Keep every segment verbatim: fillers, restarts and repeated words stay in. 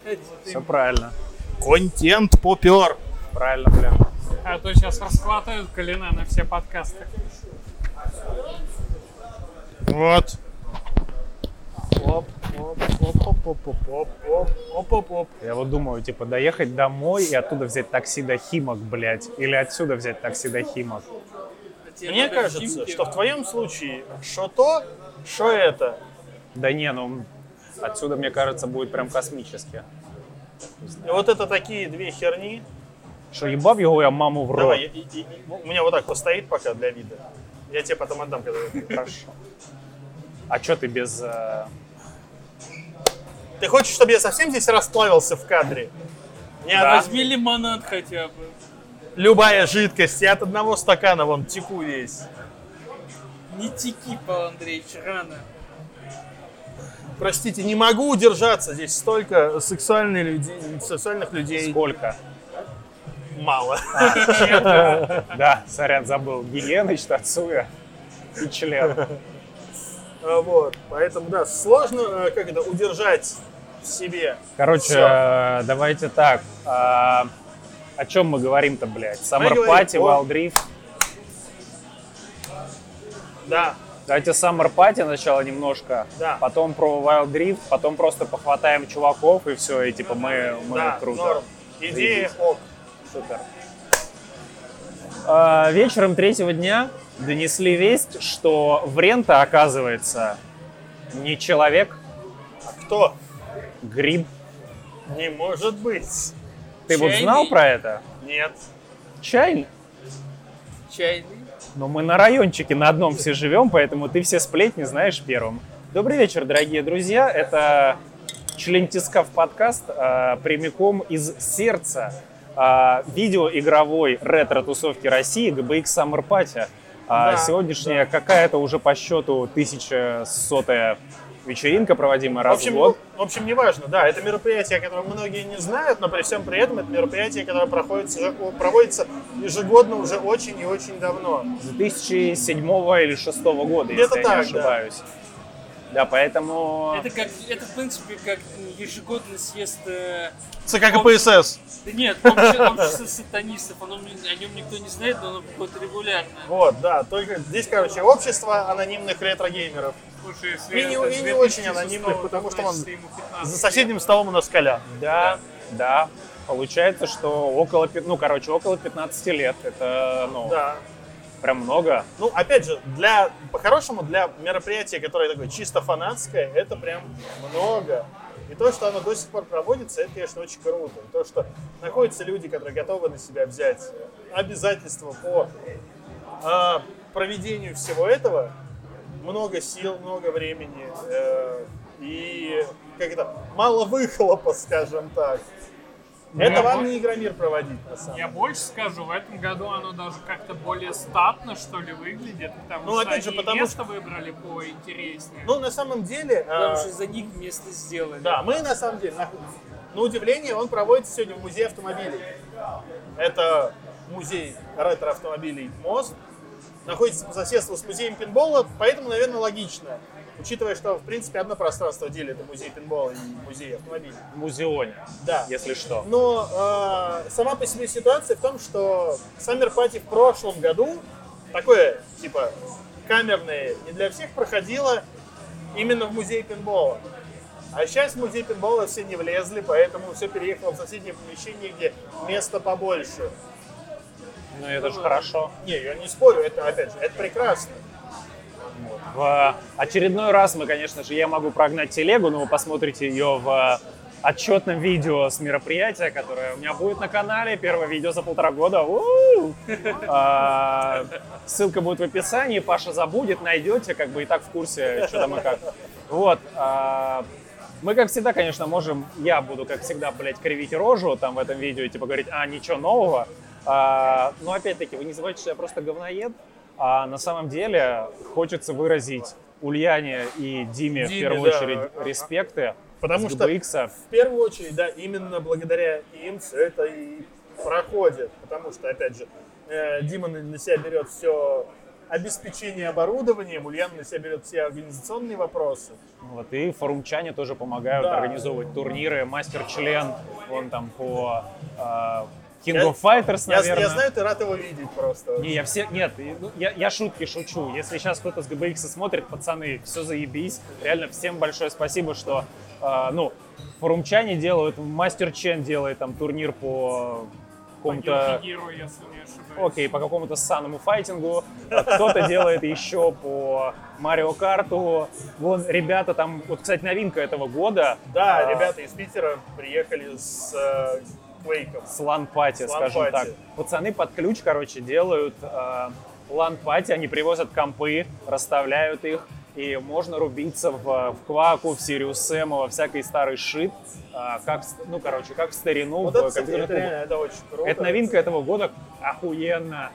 Все правильно. Контент попер. Правильно, бля. А то сейчас расхватают Колина на все подкасты. Вот. Оп, оп, оп, оп, оп, оп, оп, оп, оп, оп, оп. Я вот думаю, типа, доехать домой и оттуда взять такси до Химок, блядь. Или отсюда взять такси до Химок. Мне кажется, что в твоем случае что то, что это. Да не, ну, отсюда, мне кажется, будет прям космически. И вот это такие две херни. Что, ебав его я маму в рот? Давай, и, и, и, у меня вот так постоит пока для вида. Я тебе потом отдам, когда я... Хорошо. А что ты без... Э... Ты хочешь, чтобы я совсем здесь расплавился в кадре? Не Да. одна- Возьми лимонад хотя бы. Любая жидкость, я от одного стакана вон теку весь. Не теки, Павел Андреевич, рано. Простите, не могу удержаться, здесь столько сексуальных людей, сексуальных людей. Сколько? Мало. Да, сорян, забыл. Гиеныч, Тацуя и член. А, Вот, поэтому, да, сложно э, как это, удержать в себе. Короче, Всё. э, давайте так. А, о чем мы говорим-то, блядь? Summer говорим Party, о- Wild Drift. Да, Давайте Summer Party сначала немножко, Да. потом про Wild Drift, потом просто похватаем чуваков и все, и типа мы, мы да, круто. норм. Идея Заебись. ок. Супер. А, вечером третьего дня донесли весть, что Врента, оказывается, не человек, Кто? гриб. Не может быть. Ты вот Чайный? знал про это? Нет. Чайный? Чайный. Но мы на райончике на одном все живем, поэтому ты все сплетни знаешь первым. Добрый вечер, дорогие друзья. Это член Тискав подкаст а, прямиком из сердца а, видеоигровой ретро-тусовки России джи би икс Summer Party. А, Да, сегодняшняя какая-то уже по счету тысяча сотая вечеринка, проводимая В раз в общем, год. в общем, неважно, да, это мероприятие, которое многие не знают, но при всем при этом это мероприятие, которое проходит, проводится ежегодно уже очень и очень давно. С две тысячи седьмого или две тысячи шестого года, Где-то если я так, не да. ошибаюсь. Да, поэтому... Это как, это в принципе как ежегодный съезд. Э, ЦК КПСС. да нет, общество, общество сатанистов, оно, о нем никто не знает, но оно проходит регулярно. Вот, да, только здесь, короче, общество анонимных ретро-геймеров. Слушай, если И не, это и с не очень 2006, анонимных, потому что он значит, ему пятнадцать за лет. соседним столом у нас Коля. Да, да. Получается, что около, пи- ну, короче, около пятнадцати лет. Это, ну, Да. прям много. Ну, опять же, для, по-хорошему, для мероприятия, которое такое чисто фанатское, это прям много. И то, что оно до сих пор проводится, это, конечно, очень круто. И то, что находятся люди, которые готовы на себя взять обязательства по э, проведению всего этого, много сил, много времени э, и, как это, мало выхлопа, скажем так. Это Я вам бо- не Игромир проводить, на самом деле. Я больше скажу, в этом году оно даже как-то более статно, что ли, выглядит, потому Ну, что опять же, они потому место выбрали поинтереснее. Ну, на самом деле... потому э, что за них место сделали. Да, мы на самом деле, на, на удивление, он проводится сегодня в музее автомобилей. Это музей ретро-автомобилей «Мост». Находится по соседству с музеем пинбола, поэтому, наверное, логично. Учитывая, что, в принципе, одно пространство делит музей пинбола и музей автомобилей. В музеоне, Да. если что. Но э, сама по себе ситуация в том, что Summer Party в прошлом году, такое, типа, камерное, не для всех проходило именно в музей пинбола. А сейчас в музей пинбола все не влезли, поэтому все переехало в соседнее помещение, где места побольше. Ну, это же хорошо. Не, я не спорю, это, опять же, это прекрасно. В очередной раз мы, конечно же, я могу прогнать телегу, но вы посмотрите ее в отчетном видео с мероприятия, которое у меня будет на канале. Первое видео за полтора года. У-у-у. А, ссылка будет в описании. Паша забудет, найдете, как бы и так в курсе, что там и как. Вот. А, мы, как всегда, конечно, можем, я буду, как всегда, блядь, кривить рожу там в этом видео и типа говорить, а, ничего нового. А, но опять-таки, вы не забывайте, что я просто говноед. А на самом деле хочется выразить Ульяне и Диме, в Диме, первую да. очередь, респекты. Потому с что, джи би икс. в первую очередь, да, именно благодаря им все это и проходит. Потому что, опять же, э, Дима на на себя берет все обеспечение оборудованием, Ульяна на себя берет все организационные вопросы. Вот, и форумчане тоже помогают Да. организовывать турниры. Мастер-член, он там по э, King Я- of Fighters, Я, наверное. я знаю, ты рад его видеть просто. Не, я все, нет, и, ну, я, я шутки шучу. Если сейчас кто-то с ГБ Икс смотрит, пацаны, все заебись. Реально всем большое спасибо, что, э, ну, форумчане делают, Мастер Чен делает там турнир по какому-то... Герой, если не ошибаюсь. Окей, по какому-то ссаному файтингу. Кто-то делает еще по Марио Карту. Вон, ребята там, вот, кстати, новинка этого года. Да, а, ребята из Питера приехали с э, Квейком. С лан-пати, С скажем лан-пати. так. Пацаны под ключ, короче, делают э, лан-пати, они привозят компы, расставляют их, и можно рубиться в, в Кваку, в Сириус Сэма, во всякий старый шит, э, как, в- ну, короче, как в старину, Вот в это, кстати, компьютерных это, клубах. реально, это очень круто. Это новинка этого года, охуенно.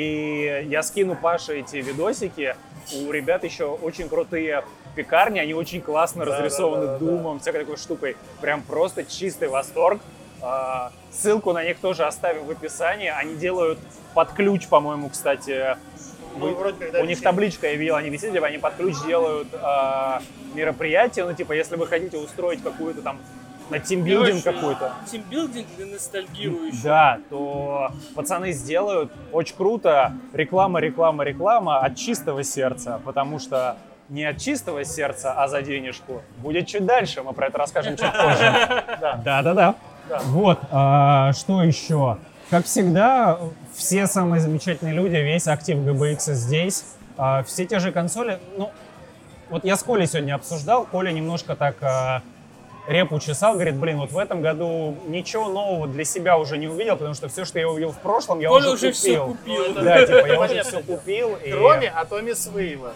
И я скину Паше эти видосики. У ребят еще очень крутые пекарни, они очень классно Да, разрисованы да, да, да. думом, всякой такой штукой. Прям просто чистый восторг. А, ссылку на них тоже оставим в описании. Они делают под ключ, по-моему, кстати. Мы у- вроде когда у них висели. табличка, я видел, они висели, типа, они под ключ делают а, мероприятие. Ну, типа, если вы хотите устроить какую-то там на тимбилдинг Короче, какой-то. Тимбилдинг для ностальгирующих. Да, то пацаны сделают. Очень круто. Реклама, реклама, реклама от чистого сердца, потому что не от чистого сердца, а за денежку будет чуть дальше. Мы про это расскажем чуть позже. Да. Да-да-да. Да. Вот, а, что еще? Как всегда, все самые замечательные люди, весь актив джи би икс здесь. А, все те же консоли. Ну, вот я с Колей сегодня обсуждал. Коля немножко так а, репу чесал, говорит, блин, вот в этом году ничего нового для себя уже не увидел, потому что все, что я увидел в прошлом, я Коля уже уже все купил. купил. Да, типа, я уже Понятно. все купил. и- Кроме Атоми Свейва.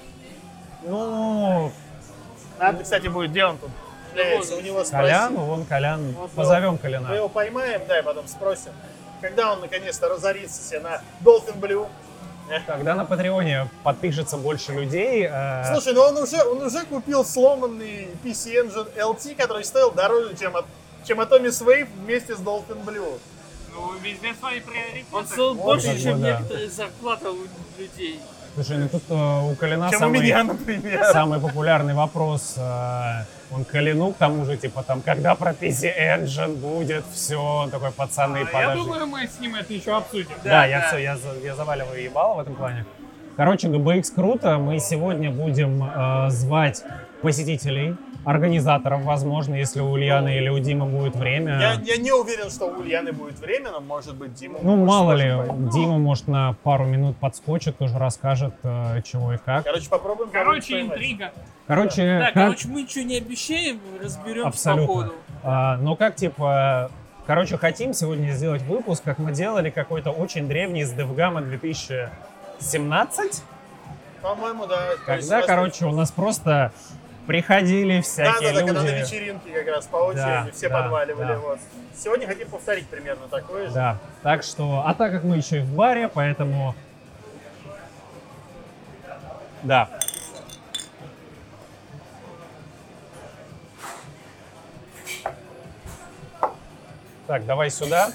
Ну, Надо, кстати, будет, где он тут? Шляется, у него Колян, спросим. вон Колян, Вот, позовем Мы Коляна. его поймаем, да, и потом спросим, когда он наконец-то разорится себе на Dolphin Blue. Когда на Патреоне подпишется больше людей, э, Слушай, ну он уже, он уже купил сломанный пи си Engine эл ти, который стоил дороже, чем, от, чем Atomic Wave вместе с Dolphin Blue. Ну, везде свои приоритеты. Он стоил Вот больше, как бы, чем да. некоторые зарплаты у людей. слушай, ну тут э, у Коляна Чем у самый, меня, например. самый популярный вопрос. э, он Коляну к тому же, типа там, когда про пи си Engine будет все, он такой, пацаны, Я подожди. думаю, мы с ним это еще обсудим. Да, Да, я да. все, я, за- я заваливаю ебало в этом плане. Короче, джи би икс круто. Мы сегодня будем э, звать посетителей, организаторов, возможно, если у Ульяны или у Димы будет время. Я, я не уверен, что у Ульяны будет время, но может быть Дима. Ну, может, мало ли, сможет пойти. Дима, может, на пару минут подскочит, тоже расскажет, э, чего и как. Короче, попробуем. Короче, кого-нибудь интрига. Короче, Да, как... короче, мы ничего не обещаем, разберемся по Абсолютно. ходу. А, но как, типа... Короче, хотим сегодня сделать выпуск, как мы делали какой-то очень древний с DevGamma две тысячи семнадцать. поймать. По-моему, да. То есть Когда, у нас- короче, у нас просто приходили Да, всякие да, да, когда на люди. вечеринке как раз по очереди Да, все да, подваливали. да. Вот. Сегодня хотим повторить примерно такое же. Да, так что... А так как мы еще и в баре, поэтому... Да. Так, давай сюда.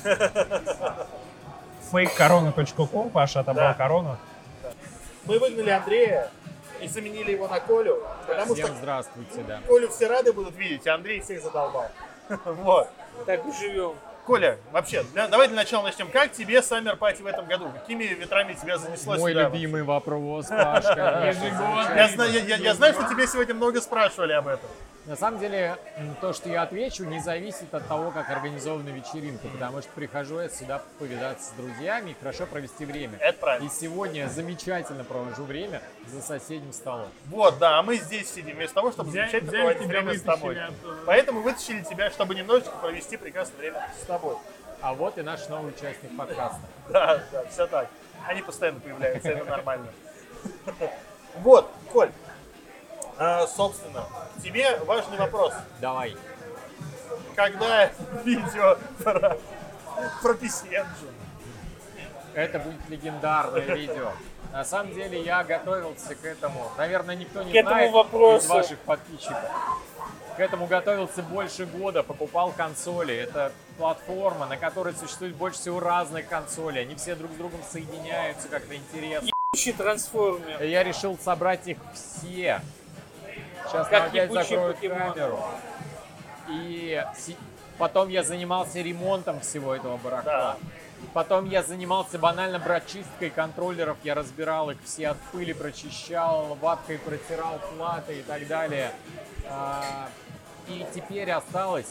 фейк корона точка ком, Паша отобрал Да. корону. Мы выгнали Андрея и заменили его на Колю, потому что здравствуйте, да. Колю все рады будут видеть, а Андрей всех задолбал. Вот. Так и живем. Коля, вообще, для- давай для начала начнем. Как тебе Summer Party в этом году? Какими ветрами тебя занесло Мой сюда? любимый вопрос, Пашка. Ежегодно. Я, знаю, я, я- я знаю, что тебе сегодня много спрашивали об этом. На самом деле, м, то, что я отвечу, не зависит от того, как организована вечеринка, потому что прихожу я сюда повидаться с друзьями и хорошо провести время. Это правильно. И сегодня я замечательно провожу время за соседним столом. Вот, да, а мы здесь сидим вместо того, чтобы Взяли- замечательно взяли проводить тебя, время с тобой. вытащили оттуда. Поэтому вытащили тебя, чтобы немножечко провести прекрасное время с тобой. А вот и наш новый участник подкаста. Да, да, все так. Они постоянно появляются, это нормально. Вот, Коль, а, собственно, тебе важный вопрос. Давай. Когда видео про, про пи си Engine? Это будет легендарное видео. На самом деле я готовился к этому. Наверное, никто не К этому знает вопросу. из ваших подписчиков. К этому готовился больше года, покупал консоли. Это платформа, на которой существует больше всего разных консолей. Они все друг с другом соединяются как-то интересно. ебучий трансформер. Я решил собрать их все. Сейчас Как нам опять ебучий закроют покемон. камеру. И си- потом я занимался ремонтом всего этого барахла. Да. Потом я занимался банально брачисткой контроллеров. Я разбирал их все от пыли, прочищал, ваткой протирал платы и так далее. А, И теперь осталось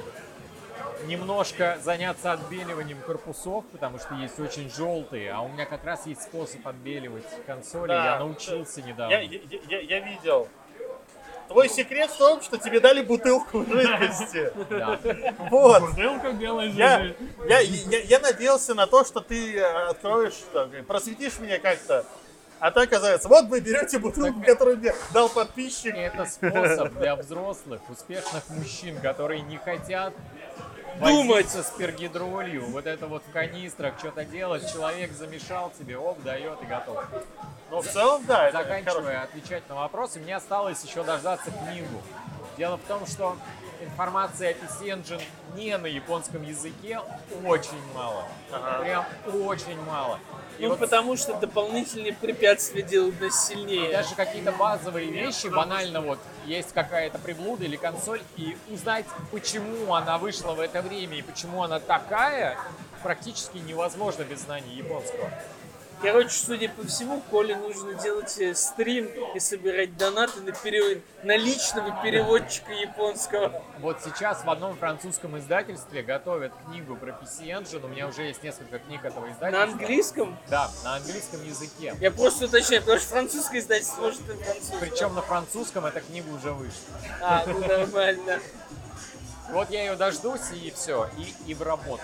немножко заняться отбеливанием корпусов, потому что есть очень желтые, а у меня как раз есть способ отбеливать консоли. Да, Я научился недавно. Я, я, я, я видел. Твой секрет в том, что тебе дали бутылку жидкости. Да. Вот. Бутылка белой Я, жижи. я, я, я надеялся на то, что ты откроешь, что, просветишь меня как-то. А так оказывается, вот вы берете бутылку, которую мне дал подписчик. Это способ для взрослых, успешных мужчин, которые не хотят Думать. возиться с пергидролью, вот это вот в канистрах что-то делать. Человек замешал тебе, оп, дает и готов. Ну, в целом, да, это хорошо. Заканчивая отвечать на вопросы, мне осталось еще дождаться книгу. Дело в том, что информации о пи си Engine не на японском языке очень мало. Ага. Прям очень мало. И Ну, вот потому что дополнительные препятствия делают нас сильнее. даже какие-то базовые вещи, банально вот, есть какая-то приблуда или консоль, и узнать, почему она вышла в это время и почему она такая, практически невозможно без знания японского. Короче, судя по всему, Коле нужно делать э, стрим и собирать донаты на, пере... на личного переводчика японского. Вот сейчас в одном французском издательстве готовят книгу про пи си Engine. У меня уже есть несколько книг этого На издательства. английском? Да, на английском языке. Я просто уточняю, потому что французское издательство может и французское. Причем на французском эта книга уже вышла. А, ну нормально. Вот я ее дождусь и все, и, и в работу.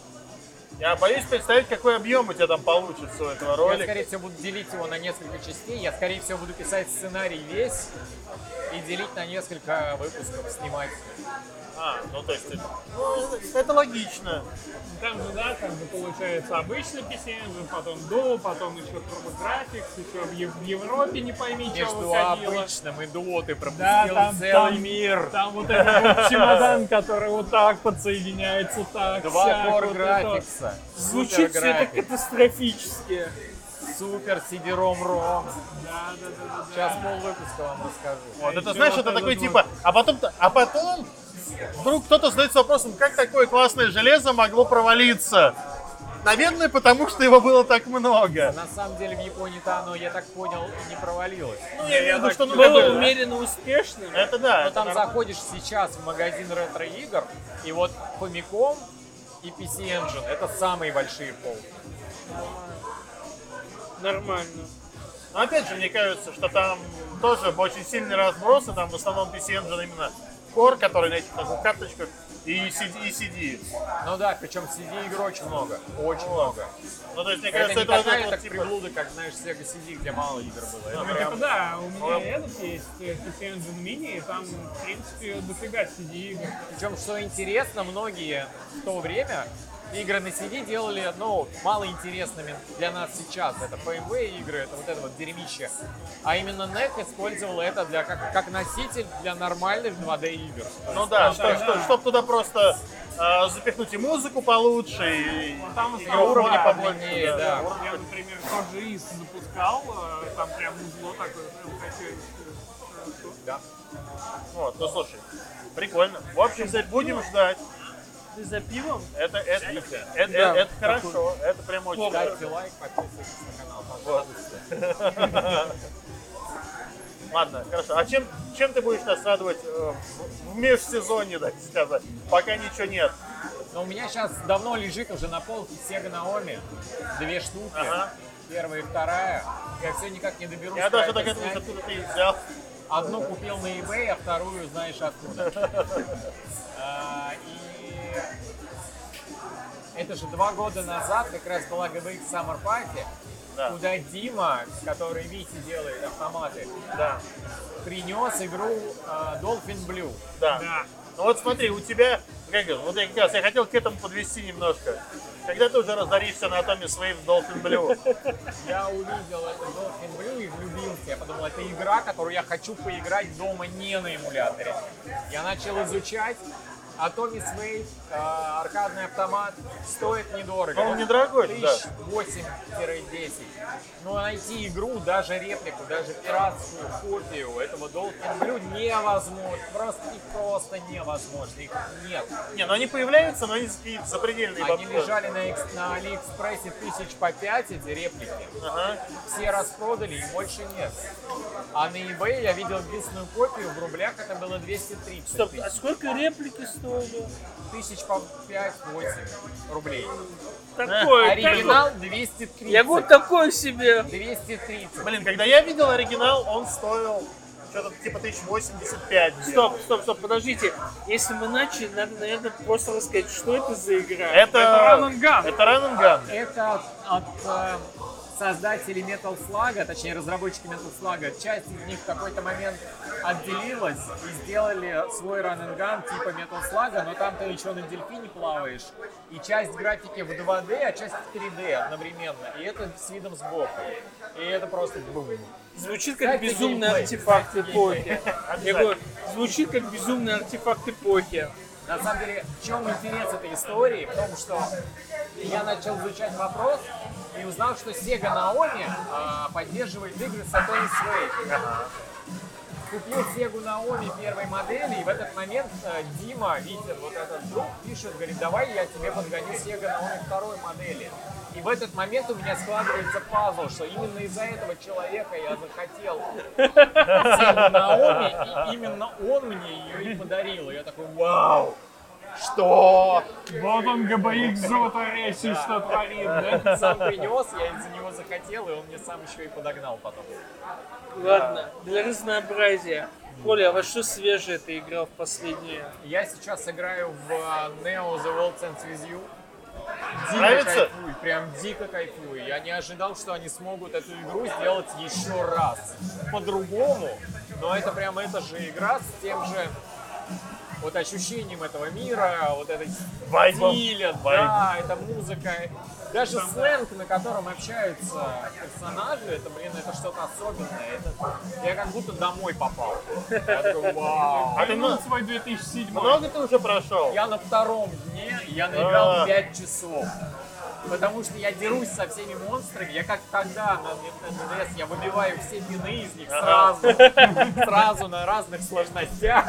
Я боюсь представить, какой объем у тебя там получится у этого Я, ролика. скорее всего, буду делить его на несколько частей. Я, скорее всего, буду писать сценарий весь и делить на несколько выпусков, снимать. А, ну то есть, ну, это логично. Там же, да, как бы получается обычный пи си Engine, потом до, потом еще TurboGrafx, еще в, Ев- в Европе не пойми, что Между выходило. обычным и до ты пропустил Да, там, целый там, мир. там вот этот вот чемодан, который вот так подсоединяется, так, Два сяк, Core вот это. Graphics. Звучит все это катастрофически. Супер сидером ром. Да, да, да, да. Сейчас пол выпуска вам расскажу. Вот, это еще знаешь, вот это этот такой вот- типа, а потом, а потом вдруг кто-то задается вопросом, как такое классное железо могло провалиться? Наверное, потому что его было так много. На самом деле в Японии-то оно, я так понял, не провалилось. Ну, я имею в виду, что ну, Было как бы, умеренно успешным. это да. Но это там нормально. заходишь сейчас в магазин ретро-игр, и вот Famicom и пи си Engine — это самые большие полки. Нормально. Но опять же, мне кажется, что там тоже очень сильный разброс, и там в основном пи си Engine именно Core, который на этих на двух карточках, и си ди. И си ди. Ну да, причем си ди-игр очень много, очень много. Ну, то есть, мне Это кажется, не это, вот такая вот, так типа, приблуда, как, знаешь, Sega си ди, где мало игр было. Это Ну, прям- типа, да, у меня Ну, этот есть э, пи си Engine Mini, и там, в принципе, дофига си ди игр. Причем, что интересно, многие в то время игры на си ди делали, ну, мало интересными для нас сейчас. Это пи эм ви игры, это вот это вот дерьмище. А именно нэк использовал это для, как, как носитель для нормальных два дэ игр. ну да, что, да, что, да. чтоб туда просто э, запихнуть и музыку получше, и, Ну, там в и основном, уровни да, да. побольше. Я, например, тот же ИС запускал, э, там прям узло такое, прям качающее. Хорошо. Да. Вот, ну слушай, прикольно. В общем, кстати, будем ждать. Ты за пивом? Это, это, это, Да. это хорошо, это прям очень Ставьте лайк, подписывайтесь на канал, пожалуйста. Ладно, хорошо. А чем, чем ты будешь нас радовать э, в, в межсезонье, так сказать? Пока ничего нет. Но у меня сейчас давно лежит уже на полке Sega Naomi. Две штуки. Ага. Первая и вторая. Я все никак не доберусь. Я про даже это догадываюсь, снять. откуда ты их взял. Одну купил на eBay, а вторую знаешь откуда. А, И это же два года назад как раз была джи би икс Summer Party, Да. куда Дима, который Вити делает автоматы, Да, принес игру а, Dolphin Blue. да. Да. Ну вот смотри, у тебя, как говорю, вот я как раз, я хотел к этому подвести немножко. Когда ты уже разоришься на Atomic Wave Dolphin Blue? Я увидел это Dolphin Blue и влюбился. Я подумал, это игра, которую я хочу поиграть дома не на эмуляторе. Я начал изучать, Atomic Wave, э, аркадный автомат, стоит недорого. Он недорогой, да. тысяч восемь-десять. Но найти игру, даже реплику, даже пиратскую копию этого Dolphin Blue невозможно. Просто их просто невозможно. Их нет. Не, ну они появляются, но они какие-то запредельные Они бабки. лежали на, экс- на Алиэкспрессе тысяч по пять, эти реплики. Ага. Все распродали, и больше нет. А на eBay я видел единственную копию, в рублях это было двести тридцать Стоп, а тысяч. сколько реплики стоили? Тысяч по пять-восемь рублей. Такое, Оригинал двести тридцать. Я говорю, такой себе. двести тридцать. Блин, когда я видел оригинал, он стоил что-то типа тысяча восемьдесят пять. Стоп, стоп, стоп, подождите. Если мы начали, надо, наверное, просто рассказать, что это за игра. Это Run and Gun. Это Run and Gun. Это от э, создателей Metal Slug, точнее разработчики Metal Slug. Часть из них в какой-то момент отделилась и сделали свой Run and Gun типа Metal Slug, но там ты еще на дельфине плаваешь. И часть графики в два дэ, а часть в три дэ одновременно. И это с видом сбоку. И это просто бум. Звучит как Кстати, безумный геймплей. артефакт Кстати, эпохи. Я говорю, звучит как безумный артефакт эпохи. На самом деле, в чем интерес этой истории? В том, что я начал изучать вопрос и узнал, что Sega Naomi а, поддерживает игры с Atomic Wave. Купил Sega Naomi первой модели, и в этот момент э, Дима, Витя, вот этот друг, пишет, говорит, давай я тебе подгоню Sega Naomi второй модели. И в этот момент у меня складывается пазл, что именно из-за этого человека я захотел Sega Naomi, и именно он мне ее и подарил. И я такой, вау! Что? Вот он ГБХ золоторечий, что творит, да? Сам принес, я из-за него захотел, и он мне сам еще и подогнал потом. Ладно, для разнообразия. Коля, а во что свежее ты играл в последнее? Я сейчас играю в Neo The World Ends With You. Дико Нравится? кайфую, прям дико кайфую. Я не ожидал, что они смогут эту игру сделать еще раз. По-другому, но это прям эта же игра с тем же вот ощущением этого мира, вот этой Вайбом. стиля, да, это музыка. Даже сленг, на котором общаются персонажи, это, блин, это что-то особенное. Это, я как будто домой попал. Я такой, вау. А ты Вернул много, свой две тысячи седьмой. много ты уже прошел? Я на втором дне, я наиграл А. пять часов. Потому что я дерусь со всеми монстрами. Я как тогда на эн эс, я выбиваю все пины из них сразу. Сразу на разных сложностях.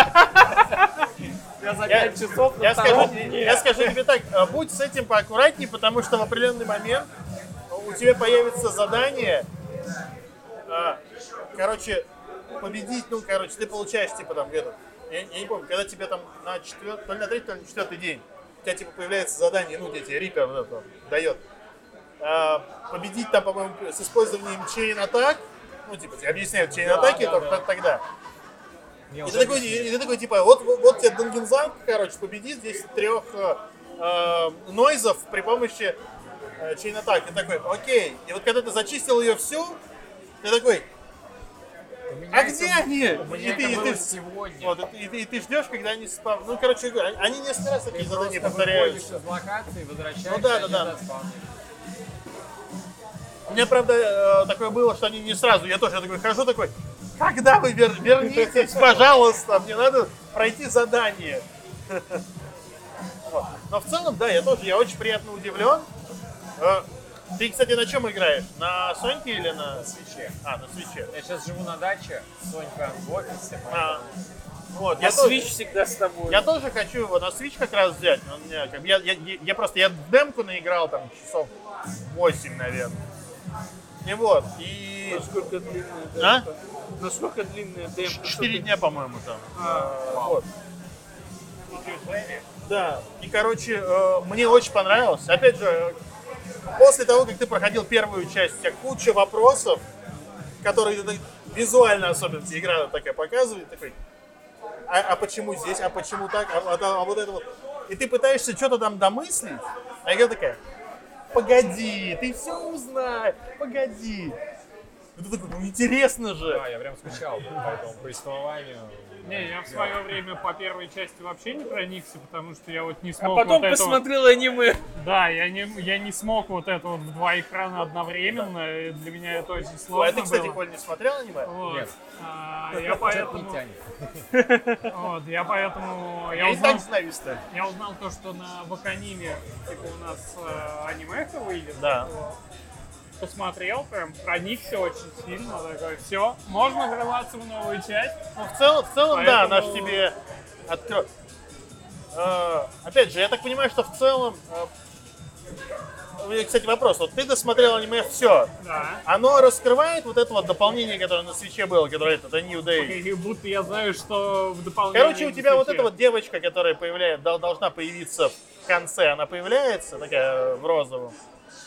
Я за пять часов на Я скажу, втором дне. я скажу тебе так, э, будь с этим поаккуратней, потому что в определенный момент у тебя появится задание, э, короче, победить, ну, короче, ты получаешь, типа, там, где-то, я, я не помню, когда тебе там на четвертый, то ли на третий, то ли на четвертый день, у тебя, типа, появляется задание, ну, где тебе Риппер вот это дает, э, победить там, по-моему, с использованием Chain Attack, ну, типа, тебе объясняют Chain Да, Attack, да, только да. тогда. Мне И уже ты, такой, объяснили. и ты такой, типа, вот, вот, вот тебе Дунгензанг, короче, победи здесь трех э, э, нойзов при помощи э, Chain Attack. Ты такой, окей. И вот когда ты зачистил ее всю, ты такой, У меня а это- где они? У меня И ты, это и было ты, сегодня. вот, и, ты, и ты ждешь, когда они спам... Ну, короче, говоря, они несколько раз такие Ты задания просто повторяются. выходишь из локации, возвращаешься, Ну да, они да, да. заспавнят. У меня, правда, э, такое было, что они не сразу. Я тоже такой хожу, такой, когда вы вер- вернитесь, пожалуйста, мне надо пройти задание. Вот. Но в целом, да, я тоже, я очень приятно удивлен. Э, Ты, кстати, на чем играешь? На Соньке или на... На свече. А, на свече. Я сейчас живу на даче, Сонька в офисе, А, поэтому... вот, Я я, тоже, Switch всегда с тобой. я тоже хочу его на Switch как раз взять. но у меня как бы я, я, я- я просто, я в демку наиграл там часов восемь, наверное. И вот, и... Насколько длинная А? демка? Насколько длинная демка? Четыре дня, по-моему, там. А, Вот. Да, и, короче, э, мне очень понравилось. Опять же, э, после того, как ты проходил первую часть, у тебя куча вопросов, которые ты- визуально особенно тебе игра такая показывает, такой, а, а почему здесь, а почему так, а, а- а вот это вот. И ты пытаешься что-то там домыслить, а игра такая, погоди, ты все узнаешь, погоди. И ты такой, ну интересно же. Да, я прям скучал по этому повествованию. Не, я в свое время по первой части вообще не проникся, потому что я вот не смог А потом вот это вот- посмотрел аниме. Да, я не, я не смог вот это вот в два экрана одновременно, и для меня это очень сложно Ой, а ты, кстати, было. Коль, не смотрел аниме? Вот. Нет. А, я Что-то не поэтому, тянет. вот, я поэтому, я Я и узнал, так знаю историю. я узнал то, что на Ваканиме, типа, у нас э, анимеха выйдет. Да. Вот. Посмотрел, прям проникся очень сильно, такой, все, можно врываться в новую часть. Ну, в целом, в целом да, Поэтому- она ж тебе откроет. Опять же, я так понимаю, что в целом... э, у меня, кстати, вопрос. Вот ты досмотрел аниме все. Да. Оно раскрывает вот это вот дополнение, которое на свече было, которое это The New Day. И будто я знаю, что в дополнение... Короче, у к тебя вот Switch'е. эта вот девочка, которая появляется, дол- должна появиться в конце, она появляется, такая в розовом.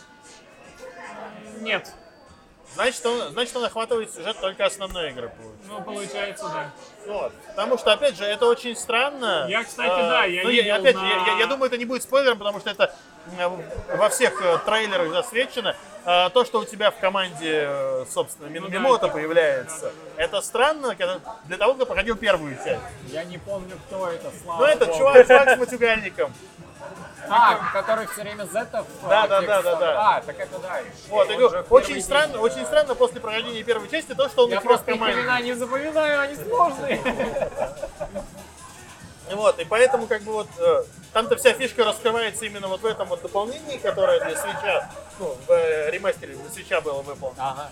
Нет. Значит, он, значит, он охватывает сюжет только основной игры. Получается. Ну, получается, да. Вот. Потому что, опять же, это очень странно. Я, кстати, А, да, я ну, видел опять на- же, я, я- я думаю, это не будет спойлером, потому что это э, во всех э, трейлерах засвечено. А, то, что у тебя в команде, э, собственно, Мин- Ну да, Мимото типа, появляется, это странно когда- для того, кто проходил первую часть. Я не помню, кто это, слава Ну, это богу. чувак, чувак с матюгальником. А, который все время зетов. Да, э, да, текст да, да, там. да. А, так это да. Вот, я Он говорю, же в очень первый странно, день. очень странно после прохождения первой части то, что он Я у тебя в просто их команде. имена не запоминаю, они сложные. Вот, и поэтому как бы вот э, там-то вся фишка раскрывается именно вот в этом вот дополнении, которое для свеча, ну, в э, ремастере для свеча было выполнено. Ага.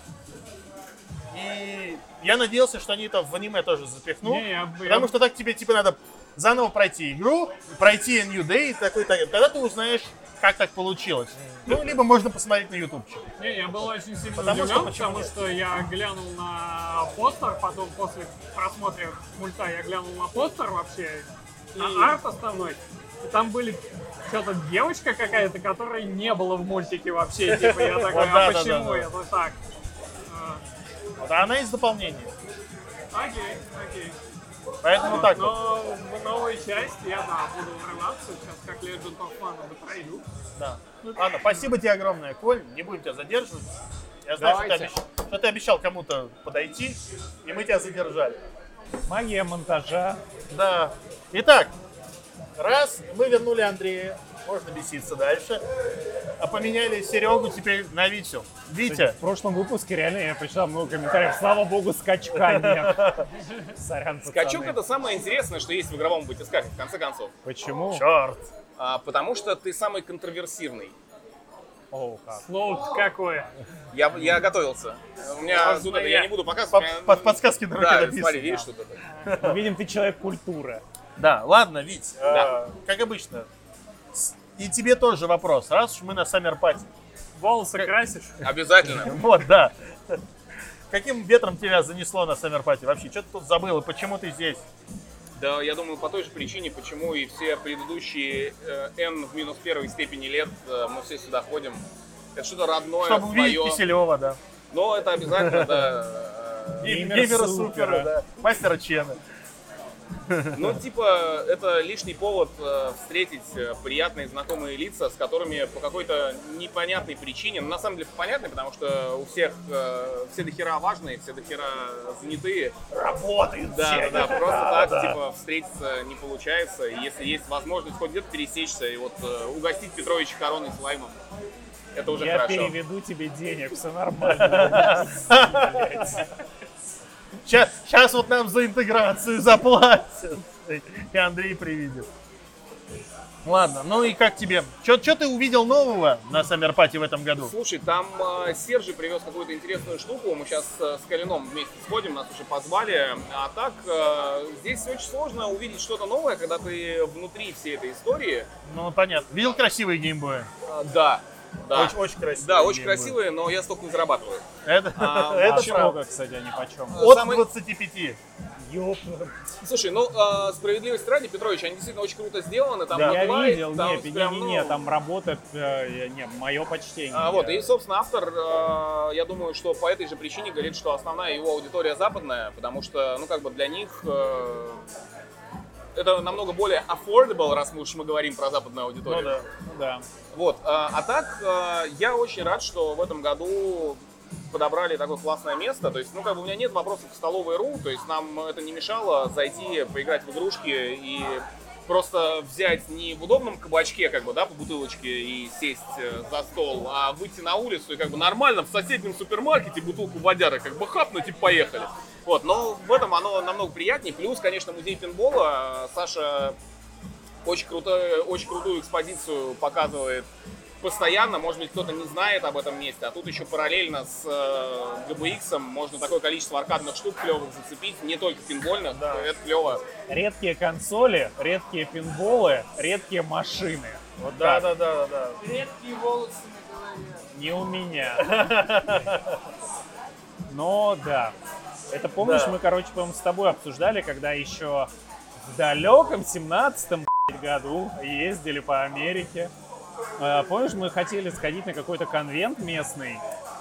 И я надеялся, что они это в аниме тоже запихнут, Не, я бы- потому я- что так тебе типа надо заново пройти игру, пройти New Day и такой, так, тогда ты узнаешь, как так получилось. Ну, либо можно посмотреть на ютубчик. Не, я был очень сильно Потому что удивлен, почему потому нет? что я глянул на постер, потом после просмотра мульта я глянул на постер вообще, на арт основной, и там были что-то девочка какая-то, которой не было в мультике вообще, типа я такой, Вот да, а да, почему да, да. это так? А, Вот, а она из дополнения. Окей, окей. Поэтому так вот. Но в новую часть я, да, буду врываться, сейчас как Legend of Mana пройду. Да. Ладно, спасибо тебе огромное, Коль. Не будем тебя задерживать. Я знаю, что ты, Давайте. обещал, что ты обещал кому-то подойти, и мы тебя задержали. Магия монтажа. Да. Итак, раз мы вернули Андрея, можно беситься дальше. А поменяли Серегу теперь на Витю. Витя, В прошлом выпуске реально я прочитал много комментариев. Слава богу, скачка нет. Сорян, пацаны. Скачок — это самое интересное, что есть в игровом батискафе, в конце концов. Почему? черт. А, потому что ты самый контроверсивный. О, как. Слово какое. Я, я готовился. У меня Можно тут это, я? я не буду Под, показывать. у меня- под подсказки на руке Да, написано. смотри, видишь, что это? Мы видим, ты человек культуры. Да, ладно, Вить, Да. э, как обычно. с- И тебе тоже вопрос, раз уж мы на Summer Party. Волосы красишь? Обязательно. Вот, да. Каким ветром тебя занесло на Summer Party вообще? Что ты тут забыл и почему ты здесь? Да, я думаю, по той же причине, почему и все предыдущие э, n в минус первой степени лет э, мы все сюда ходим. Это что-то родное, Чтобы увидеть свое. Киселева, да. Но это обязательно, да. э, Геймер Геймера супера. супера, да. Мастера Чена. Ну, типа, это лишний повод э, встретить э, приятные знакомые лица, с которыми по какой-то непонятной причине, ну, на самом деле понятной, потому что у всех э, все дохера важные, все дохера занятые. Работает Да, все. да, да, просто так, типа, встретиться не получается. И если есть возможность хоть где-то пересечься и вот э, угостить Петровича короной с лаймом, это уже Я хорошо. переведу тебе денег, все нормально. Сейчас вот нам за интеграцию заплатят. И Андрей приведет. Ладно, ну и как тебе? Что ты увидел нового на Summer Party в этом году? Слушай, там э, Сержи привез какую-то интересную штуку. Мы сейчас э, с Калином вместе сходим, нас уже позвали. А так, э, здесь очень сложно увидеть что-то новое, когда ты внутри всей этой истории. Ну, понятно. Видел красивые геймбои? Э, да, да. Очень, очень красивые. Да, очень геймбои. красивые, но я столько не зарабатываю. Это, А, это Почему, правда. кстати, они почем? От Самый- двадцати пяти. Ёпта. Слушай, ну, э, справедливости ради, Петрович, они действительно очень круто сделаны. Там Да. Я Hotline, видел, там нет, не, прям, не, ну, не, там работает, э, не, мое почтение. А, вот, и, собственно, автор, э, я думаю, что по этой же причине говорит, что основная его аудитория западная, потому что, ну, как бы для них э, это намного более affordable, раз мы уж мы говорим про западную аудиторию. Ну да. Ну да. Вот, э, а так, э, я очень рад, что в этом году подобрали такое классное место. То есть, ну, как бы у меня нет вопросов к столовой.ру, то есть нам это не мешало зайти, поиграть в игрушки и просто взять не в удобном кабачке, как бы, да, по бутылочке и сесть за стол, а выйти на улицу и как бы нормально в соседнем супермаркете бутылку водяры как бы хапнуть и поехали. Вот, но в этом оно намного приятнее. Плюс, конечно, музей пейнтбола. Саша очень, круто, очень крутую экспозицию показывает постоянно. Может быть, кто-то не знает об этом месте, а тут еще параллельно с э, джи би икс можно такое количество аркадных штук клевых зацепить, не только пейнтбольных, да. Это клево. Редкие консоли, редкие пейнтболы, редкие машины. Вот да, так. да, да, да. Редкие волосы на голове. Не у меня. Но да. Это помнишь, Да. мы, короче, по-моему, с тобой обсуждали, когда еще в далеком семнадцатом году ездили по Америке. А, помнишь, мы хотели сходить на какой-то конвент местный?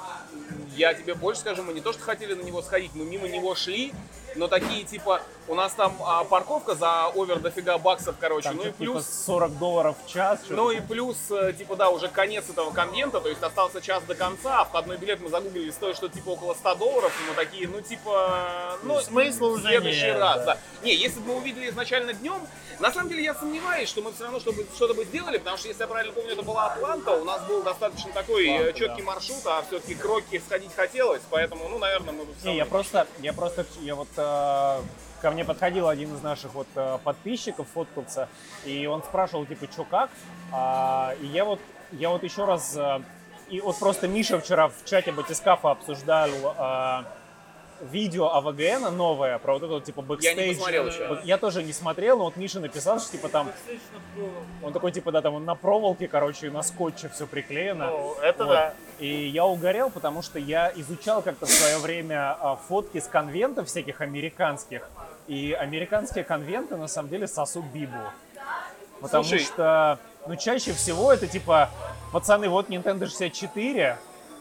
Я тебе больше скажу, мы не то что хотели на него сходить, мы мимо него шли, но такие типа, у нас там а, парковка за овер дофига баксов, короче, Там ну и что-то типа плюс... сорок долларов в час. что-то. Ну и плюс, э, типа, да, уже конец этого конвента, то есть остался час до конца, а входной билет мы загуглили, стоит что-то типа около ста долларов, и мы такие, ну типа, ну, Смысла уже в следующий нет, раз, да. да. Не, если бы мы увидели изначально днем, на самом деле я сомневаюсь, что мы все равно чтобы, что-то бы сделали, потому что, если я правильно помню, это была Атланта, у нас был достаточно такой э, Атланта, четкий да. маршрут, а все-таки к Рокки сходить хотелось, поэтому, ну, наверное, мы бы все Не, я просто, я просто, я вот э, ко мне подходил один из наших вот э, подписчиков фоткаться, и он спрашивал типа, что как, а, и я вот, я вот еще раз, э, и вот просто Миша вчера в чате Батискафа обсуждал э, видео АВГН новое про вот это вот типа бэкстейдж. Я не посмотрел еще. Вот я тоже не смотрел, но вот Миша написал, что типа там, он такой типа да, там он на проволоке, короче, на скотче все приклеено. Ну, это Вот. да. И я угорел, потому что я изучал как-то в свое время а, фотки с конвентов всяких американских. И американские конвенты на самом деле сосут бибу. Потому Слушай. что, ну, чаще всего это типа, пацаны, вот Nintendo шестьдесят четыре,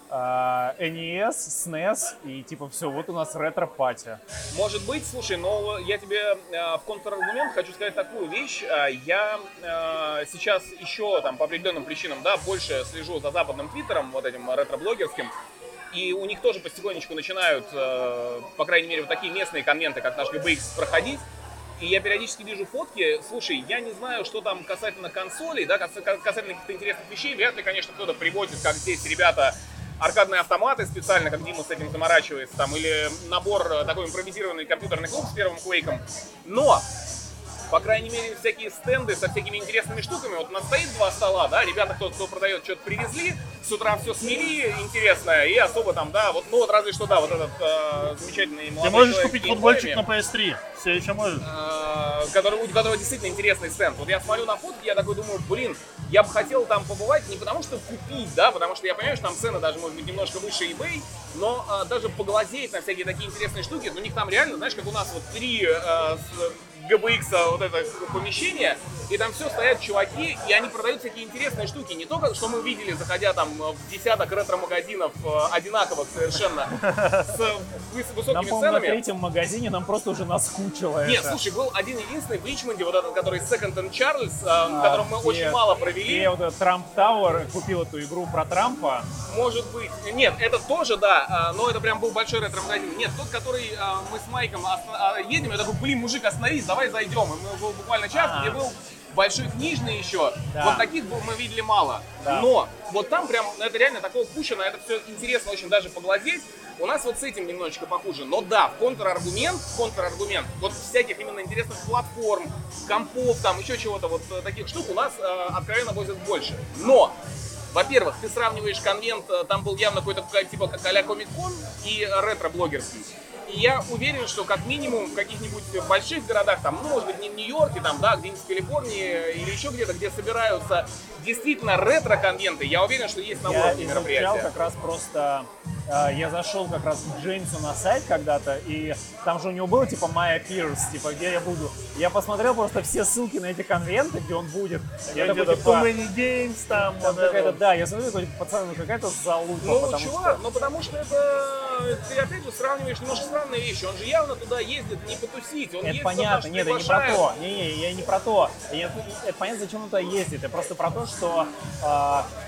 а, эн и эс, снес, и типа все, вот у нас ретро-пати. Может быть, слушай, но я тебе э, в контраргумент хочу сказать такую вещь. Э, я э, сейчас еще там по определенным причинам, да, больше слежу за западным твиттером, вот этим ретро-блогерским. И у них тоже потихонечку начинают, э, по крайней мере, вот такие местные конвенты, как наш джи би икс, проходить. И я периодически вижу фотки. Слушай, я не знаю, что там касательно консолей, да, касательно каких-то интересных вещей. Вряд ли, конечно, кто-то приводит, как здесь ребята, аркадные автоматы специально, как Дима с этим заморачивается, там, или набор, э, такой импровизированный компьютерный клуб с первым Quake'ом. Но, по крайней мере, всякие стенды со всякими интересными штуками. Вот у нас стоит два стола, да, ребята, кто, кто продает, что-то привезли, с утра все смели интересное, и особо там, да, вот, ну вот разве что, да, вот этот э, замечательный молодой Ты можешь человек купить с футбольчик геймплеями, на пи эс три. Все еще можешь. э, который, у которого действительно интересный стенд. Вот я смотрю на фотки, я такой думаю, блин, я бы хотел там побывать не потому что купить, да, потому что я понимаю, что там цены даже, может быть, немножко выше eBay, но э, даже поглазеть на всякие такие интересные штуки, у них там реально, знаешь, как у нас вот три э, с джи би икс вот это помещение, и там все стоят чуваки, и они продают всякие интересные штуки. Не только, что мы видели, заходя там в десяток ретро-магазинов э, одинаковых совершенно, с выс- Нам, высокими по-моему, на ценами. третьем магазине нам просто уже наскучило Нет, это. слушай, был один единственный в Ричмонде, вот этот, который Second and Charles, э, в котором мы где- очень мало провели. Я вот этот Трамп Тауэр купил эту игру про Трампа. Может быть. Нет, это тоже, да, а, но это прям был большой ретро-магазин. Нет, тот, который а, мы с Майком оста- а, едем, я такой, блин, мужик, остановись, давай зайдем. И мы был буквально час, А. где был большой книжный еще. Да. Вот таких был- мы видели мало. Да. Но вот там прям, ну, это реально такого куча, на это все интересно очень даже поглазеть. У нас вот с этим немножечко похуже. Но да, в контраргумент, в контраргумент, вот всяких именно интересных платформ, компов, там еще чего-то, вот э, таких штук у нас э, откровенно будет больше. Но во-первых, ты сравниваешь конвент, там был явно какой-то типа как а-ля Комик-кон и ретро-блогерский. И я уверен, что как минимум в каких-нибудь больших городах, там, ну, может быть, не в Нью-Йорке, там, да, где-нибудь в Калифорнии или еще где-то, где собираются действительно ретро-конвенты, я уверен, что есть на Я уровне изучал мероприятия. как раз просто, э, я зашел как раз к Джеймсу на сайт когда-то, и там же у него было типа My Appears, типа где я буду. Я посмотрел просто все ссылки на эти конвенты, где он будет. Я такой, Где-то типа, Too Many Games там. там вот это какая-то, вот. да, я смотрю, такой, пацаны, ну какая-то залупа, Ну, потому чувак, что... ну потому что это, ты опять же сравниваешь немножко странные вещи. Он же явно туда ездит не потусить, он Это ездит понятно, потому, что нет, я не про приглашают. то, не, не, я не про то. Я- это понятно, зачем он туда ездит. Это просто про то, что э,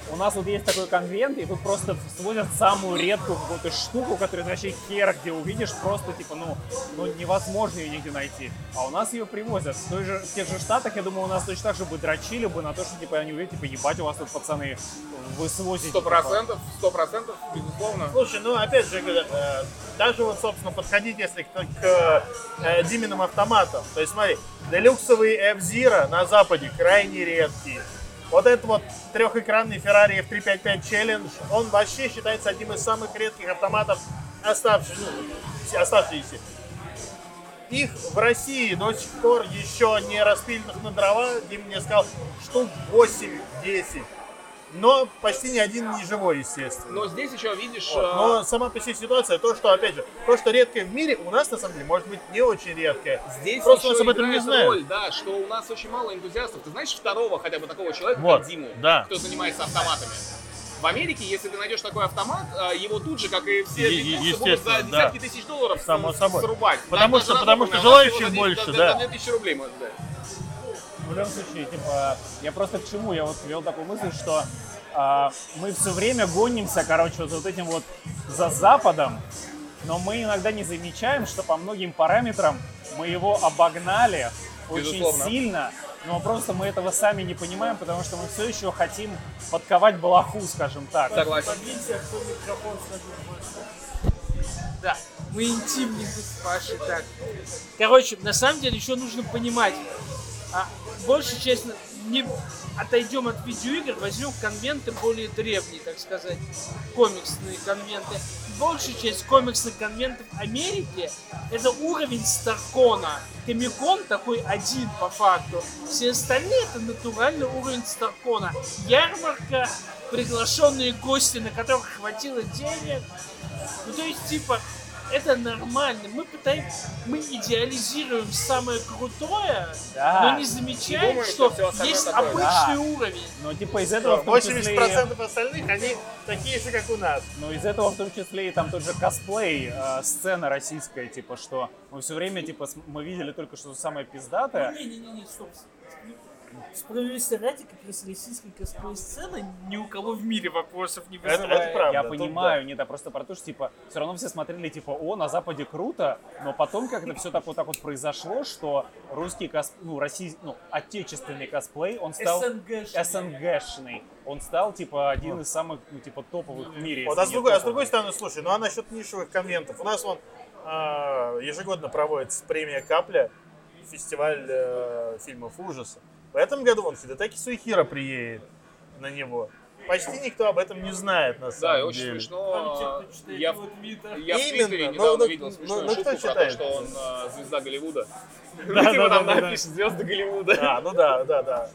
у нас вот есть такой конвент, и тут просто свозят самую редкую какую-то штуку, которую ты вообще хер где увидишь, просто типа, ну, ну невозможно ее нигде найти. А у нас ее привозят. В, той же, в тех же Штатах, я думаю, у нас точно так же бы дрочили бы на то, что типа они увидят, типа, ебать, у вас тут пацаны, вы свозите. Сто процентов, сто процентов, безусловно. Слушай, ну опять же, э, даже вот, собственно, подходить, если к, к э, Диминым автоматам. То есть смотри, делюксовые F-Zero на Западе крайне редкие. Вот этот вот трехэкранный Ferrari эф триста пятьдесят пять Challenge, он вообще считается одним из самых редких автоматов, оставшихся. Ну, оставшиеся. Их в России до сих пор еще не распиленных на дрова, Дима мне сказал, штук восемь-десять. Но почти ни один не живой, естественно. Но здесь еще видишь... Вот. Но сама по себе ситуация, то, что, опять же, то, что редкое в мире, у нас, на самом деле, может быть не очень редкое. Здесь просто еще нас об этом не играет знают. роль, да, что у нас очень мало энтузиастов. Ты знаешь второго хотя бы такого человека, Вот, как Диму, да. кто занимается автоматами? В Америке, если ты найдешь такой автомат, его тут же, как и все Е- винтовцы, будут за естественно, десятки да. тысяч долларов Само собой. срубать. Потому Да, что- даже потому разобранный, что а у нас желающих его за- больше, за- да. за две тысячи рублей может дать. В любом случае, типа, я просто к чему? Я вот вел такую мысль, что а, мы все время гонимся, короче, вот, вот этим вот за Западом, но мы иногда не замечаем, что по многим параметрам мы его обогнали очень Безусловно. сильно, но просто мы этого сами не понимаем, потому что мы все еще хотим подковать балаху, скажем так. Согласен. Подвинься, кто микрофон садил. Да, мы интимненько с Пашей, так. Короче, на самом деле еще нужно понимать, а, большая часть, не отойдем от видеоигр, возьмем конвенты более древние, так сказать, комиксные конвенты. Большая часть комиксных конвентов Америки — это уровень Старкона. Комикон такой один по факту. Все остальные — это натуральный уровень Старкона. Ярмарка, приглашенные гости, на которых хватило денег. Ну то есть типа это нормально. Мы пытаемся, мы идеализируем самое крутое, Да. но не замечаем, И думаем, что что всё остальное есть такое. обычный Да. уровень. Но типа из этого в том числе... восемьдесят процентов остальных, они такие же, как у нас. Ну, из этого в том числе и там тот же косплей, э, сцена российская, типа, что мы все время, типа, с- мы видели только что самое пиздатое. Не-не-не, стоп. Справедливости ради, как раз российской косплей-сцены ни у кого в мире вопросов не Это- это вызывает. правда. Я тут понимаю, нет, а просто про то, что, типа, все равно все смотрели, типа, о, на Западе круто, но потом как-то все так вот так вот произошло, что русский косплей, ну, российский, ну, отечественный косплей, он стал СНГшный. СНГшный. Он стал, типа, один из самых, ну, типа, топовых в мире. Вот, если а, с не другой, а с топовый. другой стороны, слушай, ну а насчет нишевых конвентов. У нас вон а, ежегодно проводится премия «Капля», фестиваль э, фильмов ужаса. В этом году вон Хидетаки Суихиро приедет на него. Почти никто об этом не знает, на Да, самом и очень деле. смешно. Я, в- я в Именно, Твиттере ну, недавно ну, видел ну, смешную ну, кто шутку про то, читает? что он а, звезда Голливуда. Да, Ну, типа да, там да, да. напишет звезды Голливуда. А, ну да, да, да.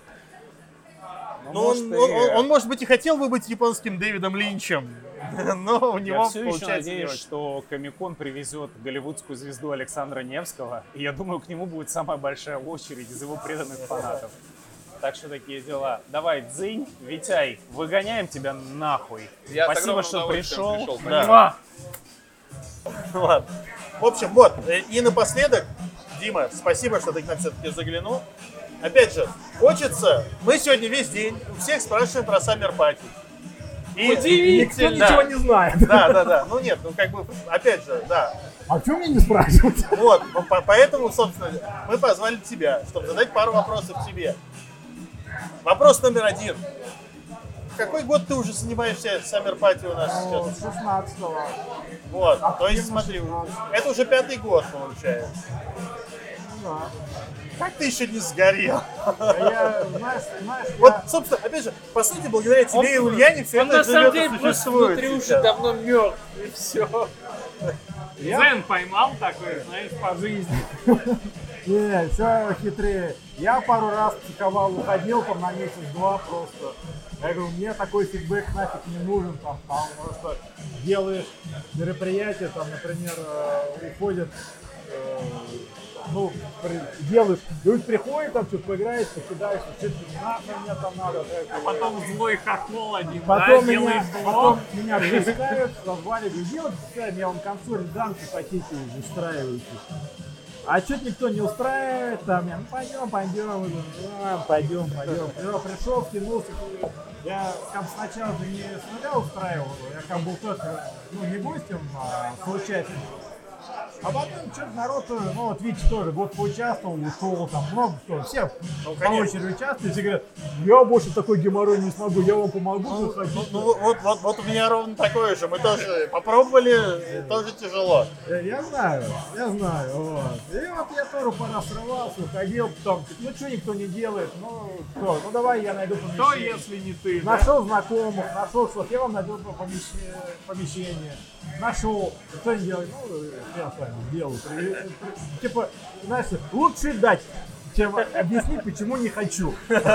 Ну, Ну, может, он, и- он, он, он, может быть, и хотел бы быть японским Дэвидом Линчем, но у Я него все еще получается не надеюсь, очень. что Комикон привезет голливудскую звезду Александра Невского, и я думаю, к нему будет самая большая очередь из его преданных фанатов. Так что такие дела. Давай, Дзынь, Витяй, выгоняем тебя нахуй. Я с Спасибо, огромным что удовольствием пришел. пришел, Да. Муа! Ну ладно. В общем, вот, э, и напоследок, Дима, спасибо, что ты к нам все-таки заглянул. Опять же, хочется, мы сегодня весь день у всех спрашиваем про Summer Party. И Удивительно. никто Ничего не знает. Да, да, да. Ну нет, ну как бы, опять же, да. А что мне не спрашивать? Вот, по- поэтому, собственно, мы позвали тебя, чтобы задать пару вопросов тебе. Вопрос номер один. Какой год ты уже занимаешься Summer Party у нас Ну, сейчас? шестнадцатого. Вот, то есть Активно смотри, шестнадцатого. это уже пятый год получается. Да. Как ты еще не сгорел? А я, знаешь, знаешь, Вот, я... собственно, опять же, по сути, благодаря тебе Он- и Ульяне все Он это на самом живет деле и просто существует внутри уже сейчас. давно мертв, и все. Дзен поймал такой, знаешь, по жизни. Не, все хитрее. Я пару раз психовал, уходил там на месяц-два просто. Я говорю, мне такой фидбэк нафиг не нужен, там, там просто делаешь мероприятие, там, например, э, уходят, э, ну, при- делаешь, люди приходят, там, что-то поиграешь, покидаешь, что-то нахуй мне там надо. А потом злой хохлол один, Потом да, меня, делаешь потом блог. меня отпускают, назвали, говорю, делать, я вам консоль дам, хотите, устраивайтесь. А что-то никто не устраивает, там, я, ну пойдем, пойдем, ну, пойдем, пойдем. Я пришел, втянулся, я как сначала не с нуля устраивал, я как был только, ну, не гостем, а случайно. А потом что-то народ тоже, ну вот видите, тоже год поучаствовал, ушел, там много кто, все Ну, по очереди участвуют, и говорят, я больше такой геморрой не смогу, я вам помогу, Ну, вы хотите. ну, ну, вот, вот, вот у меня ровно такое же. Мы тоже попробовали, и тоже тяжело. Я, я знаю, я знаю, вот. И вот я тоже пора срывался, уходил, потом, ну что никто не делает, ну кто, ну давай я найду помещение. Кто, если не ты, да? Нашел знакомых, нашел что-то, я вам найду помещение, помещение. Нашел, что не делать, ну я с вами сделаю. При- при- Типа, знаешь, лучше дать, чем объяснить, почему не хочу.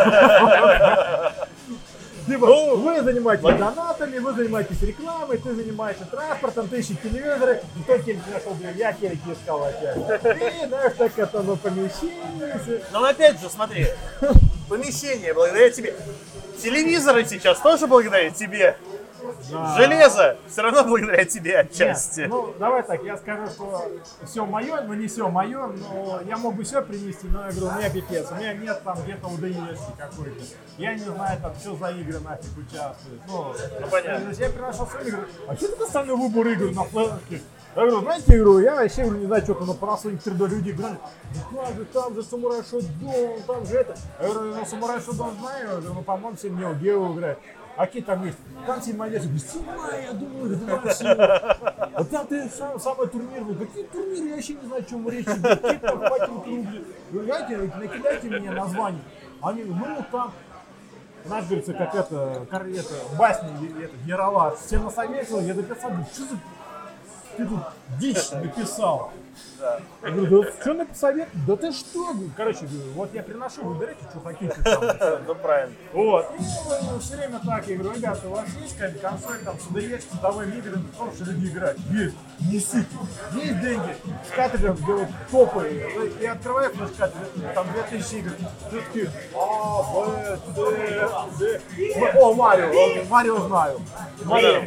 Типа, вы занимаетесь донатами, вы занимаетесь рекламой, ты занимаешься транспортом, ты ищешь телевизоры, кто телек нашел, блин, я телек искал опять. И знаешь, так это на помещении. Но опять же, смотри, помещение благодаря тебе. Телевизоры сейчас тоже благодаря тебе. Да. Железо все равно благодаря тебе отчасти. Нет, ну, давай так, я скажу, что все мое, но не все мое, но я мог бы все принести, но я говорю, у меня пипец, у меня нет там где-то УДЕшки какой-то. Я не знаю, там, что за игры нафиг участвуют. Ну, Ну, понятно. Я приношу свои игры, а что такой самый выбор игр на флешке? Я говорю, знаете игру, я вообще говорю, не знаю, что-то на Panasonic три дэ люди играли. Ну как же, там же Samurai Shodown, там же это. Я говорю, ну Samurai Shodown знаю, я говорю, ну по-моему все Neo Geo играют. А какие там есть? Там симулятор, говорю, снимай, я думаю, давай все. А там ты сам, самый турнирный. Какие турниры, я вообще не знаю, о чем речь идет. Какие там хватит круги. Говорю, знаете, накидайте мне название. Они говорят, ну там, знаешь, говорится, как это, кор- это басни, это, Ералаш. Всем насоветовал, я дописал, говорю, что за ты тут дичь написал. Я говорю, да что написали? Да ты что? Короче, говорю, вот я приношу, выбирайте, что хотите там. Ну правильно. Вот. И ну, все время так, я говорю, ребята, у вас есть какая-то консоль, там, СДЕ, цветовые игры, ну, что люди играют? Есть. Несите. Есть деньги. С картриджем, где вот топы. Я открываю флеш-картридж, там две тысячи игр. Ты такие, А, Б, С, Д. О, Марио, о, Марио знаю. Марио.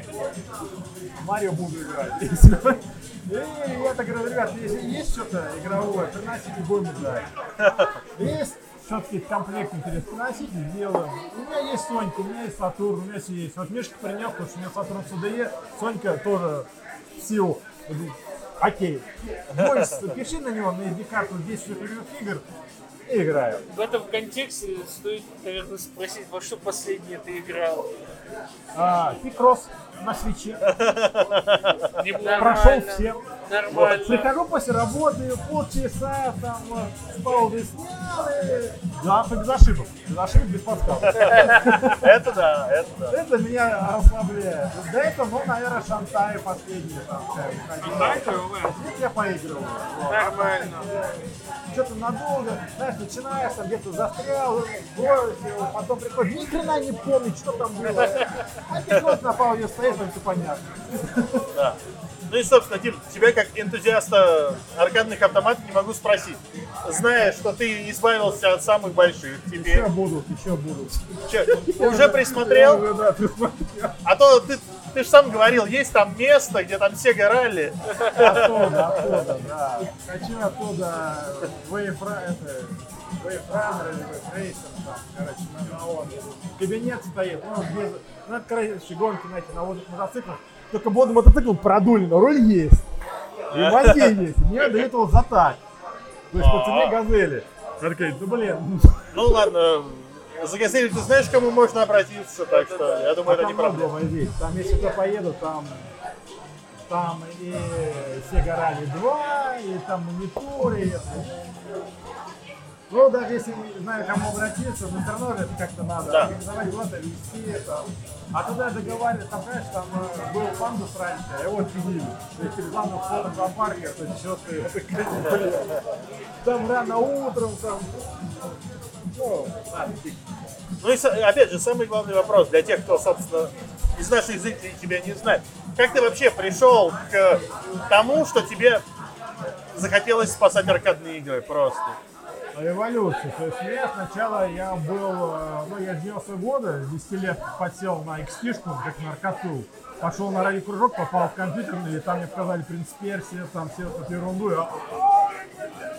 Марио буду играть. И я так говорю, ребят, если есть что-то игровое, приносите, будем играть. Есть все-таки комплект интересный, приносите, сделаем. У меня есть Сонька, у меня есть Сатурн, у меня все есть. Вот Мишка принес, потому что у меня Сатурн СДЕ, Сонька тоже в силу. Окей. Бойс, пиши на него на эс ди карту десять игровых игр и играю. В этом контексте стоит, наверное, спросить, во что последнее ты играл? А, Пикросс на свече. Неплохо. Прошел все. Нормально. Прихожу после работы, полчаса, там, с паузы снял и... Да, без ошибок. Без ошибок, без подсказок. Это да, это да. Это меня расслабляет. До этого, ну, наверное, Шантай последний. Там, Шантай ты, Ова? Здесь я поигрываю. Вот. Нормально. Что-то надолго, знаешь, начинаешь, там где-то застрял, бросил, потом приходишь, ни хрена не помню, что там было. А ты вот на паузе стоишь, там все понятно. Да. Ну и, собственно, Дим, тебя как энтузиаста аркадных автоматов не могу спросить. Зная, что ты избавился от самых больших, Еще тебе будут, еще будут. Че, уже присмотрел? Да, присмотрел. А то ты, ты же сам говорил, есть там место, где там все горали. Оттуда, оттуда, да. Хочу оттуда Wayfra- это, Wayfrunner или Wayracer, там, короче, на, на он. Кабинет стоит, ну, без, ну, это, короче, гонки, знаете, на водных мотоциклах. Только водный мотоцикл продулен, руль есть. И мозги есть. Мне дают его за так. То есть по цене газели. Я такой, ну блин. Ну ладно, за газелью ты знаешь, к кому можно обратиться, так что я думаю, А это там не много проблема. возить. Там, если кто поедут, там, там и Sega Rally два, и там мониторы. И... Ну, даже если не знаю, к кому обратиться, но все равно же это как-то надо Да. организовать куда-то, везти там. А туда договаривались, там, знаешь, там э, был пандус раньше, а его отпилили. То есть перед главным входом зоопарка, то есть что-то, там рано утром, там, ну, ладно, фиг. Ну и с- опять же, самый главный вопрос для тех, кто, собственно, из наших зрителей тебя не знает. Как ты вообще пришел к тому, что тебе захотелось спасать аркадные игры просто? Эволюцию. То есть я сначала я был, э, ну я с девяностого года, с десяти лет подсел на икс ти-шку, как на аркаду. Пошел на радиокружок, попал в компьютерный, и там мне показали «Принц Персия», там все эту ерунду. Я...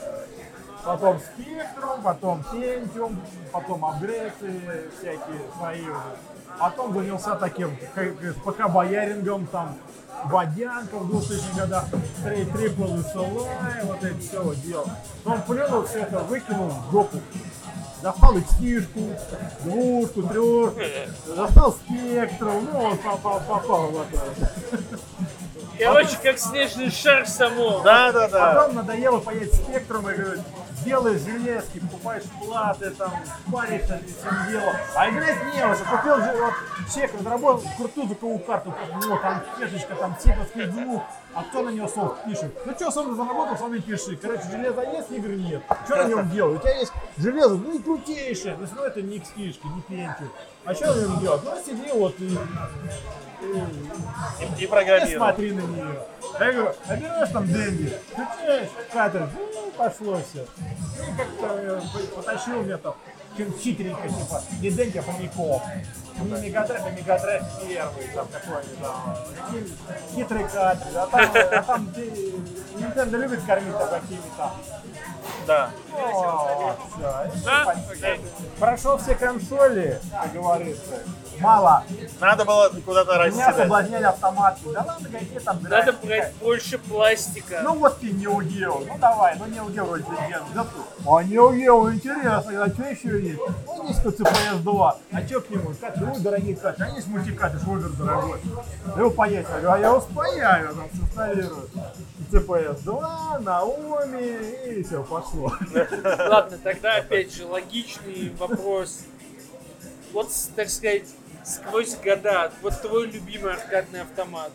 потом Spectrum, потом Pentium, потом апгрейды всякие свои уже. Потом занялся таким как, ПК-боярингом, там, Водянка в двухтысячных годах, Трипл эс эл ай, вот это все вот делал. Он плюнул все это, выкинул в жопу. Достал икс-тишку, двушку, трешку, достал Spectrum, ну он попал, попал в это. Короче, как снежный шар само. Да, да, да. Потом надоело поесть Spectrum и говорит, делаешь железки, покупаешь платы, там, паришься этим делом. А играть не во что. Купил же, вот, чек, разработал крутую звуковую карту, ну, там, флешечка, там, циповский звук, а кто на него софт пишет? Ну, что, сам заработал, сам и пиши. Короче, железо есть, игр нет. Что на нем делать? У тебя есть железо, ну, и крутейшее. То есть, ну, это не икс-тишки, не Pentium. А что на нем делать? Ну, сиди вот и... И, и И программировал. смотри на нее. Я говорю, а берешь там Денди, включаешь кадры, ну, пошло все. И как-то э, потащил мне там что-нибудь хитренько, типа, не Денди, а Famicom. Не Мегадрайв, а Мегадрайв первый, там какой-нибудь, там, какие-нибудь хитрые кадры. А там, а там ты, Nintendo любит кормить там какими-то там. Да. О, все. Да? Прошел все консоли, как говорится. Мало. Надо было куда-то расти. Меня да. соблазняли автоматки. Да ладно, какие там Надо графики. брать больше пластика. Ну вот ты не удел. Ну давай, ну не удел вроде легенду. Да ты. А не удел, интересно. А что еще есть? Ну есть тут си пи эс два. А что к нему? Как, ну дорогие карты. А есть мультикарты, швовер дорогой. Его паять. Я говорю, а я его спаяю, там инсталлирую. си пи эс два, Наоми и все, пошло. Ладно, тогда опять же логичный вопрос. Вот, так сказать, сквозь года, вот твой любимый аркадный автомат.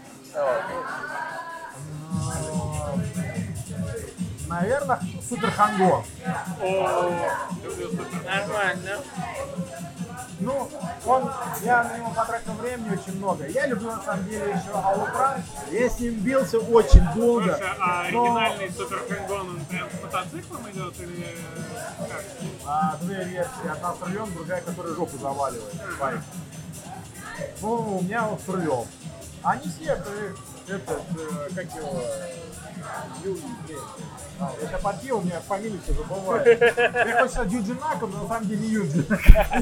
Наверное, Супер Ханго. О, нормально. Ну, он, я на него потратил времени очень много. Я люблю на самом деле еще Аутран. Я с ним бился очень долго. Слушай, а но- оригинальный Супер Хэнгон, он прям с мотоциклом идет или как? А, две версии. Одна с рулем, другая, которая жопу заваливает. Байк. Ну, у меня вот с рулем. Они все, э, этот, э, как его, Юрий, блин. А, это партия, у меня фамилия все забываю. Я хочу сказать Юджинаком, но на самом деле не Юджинак.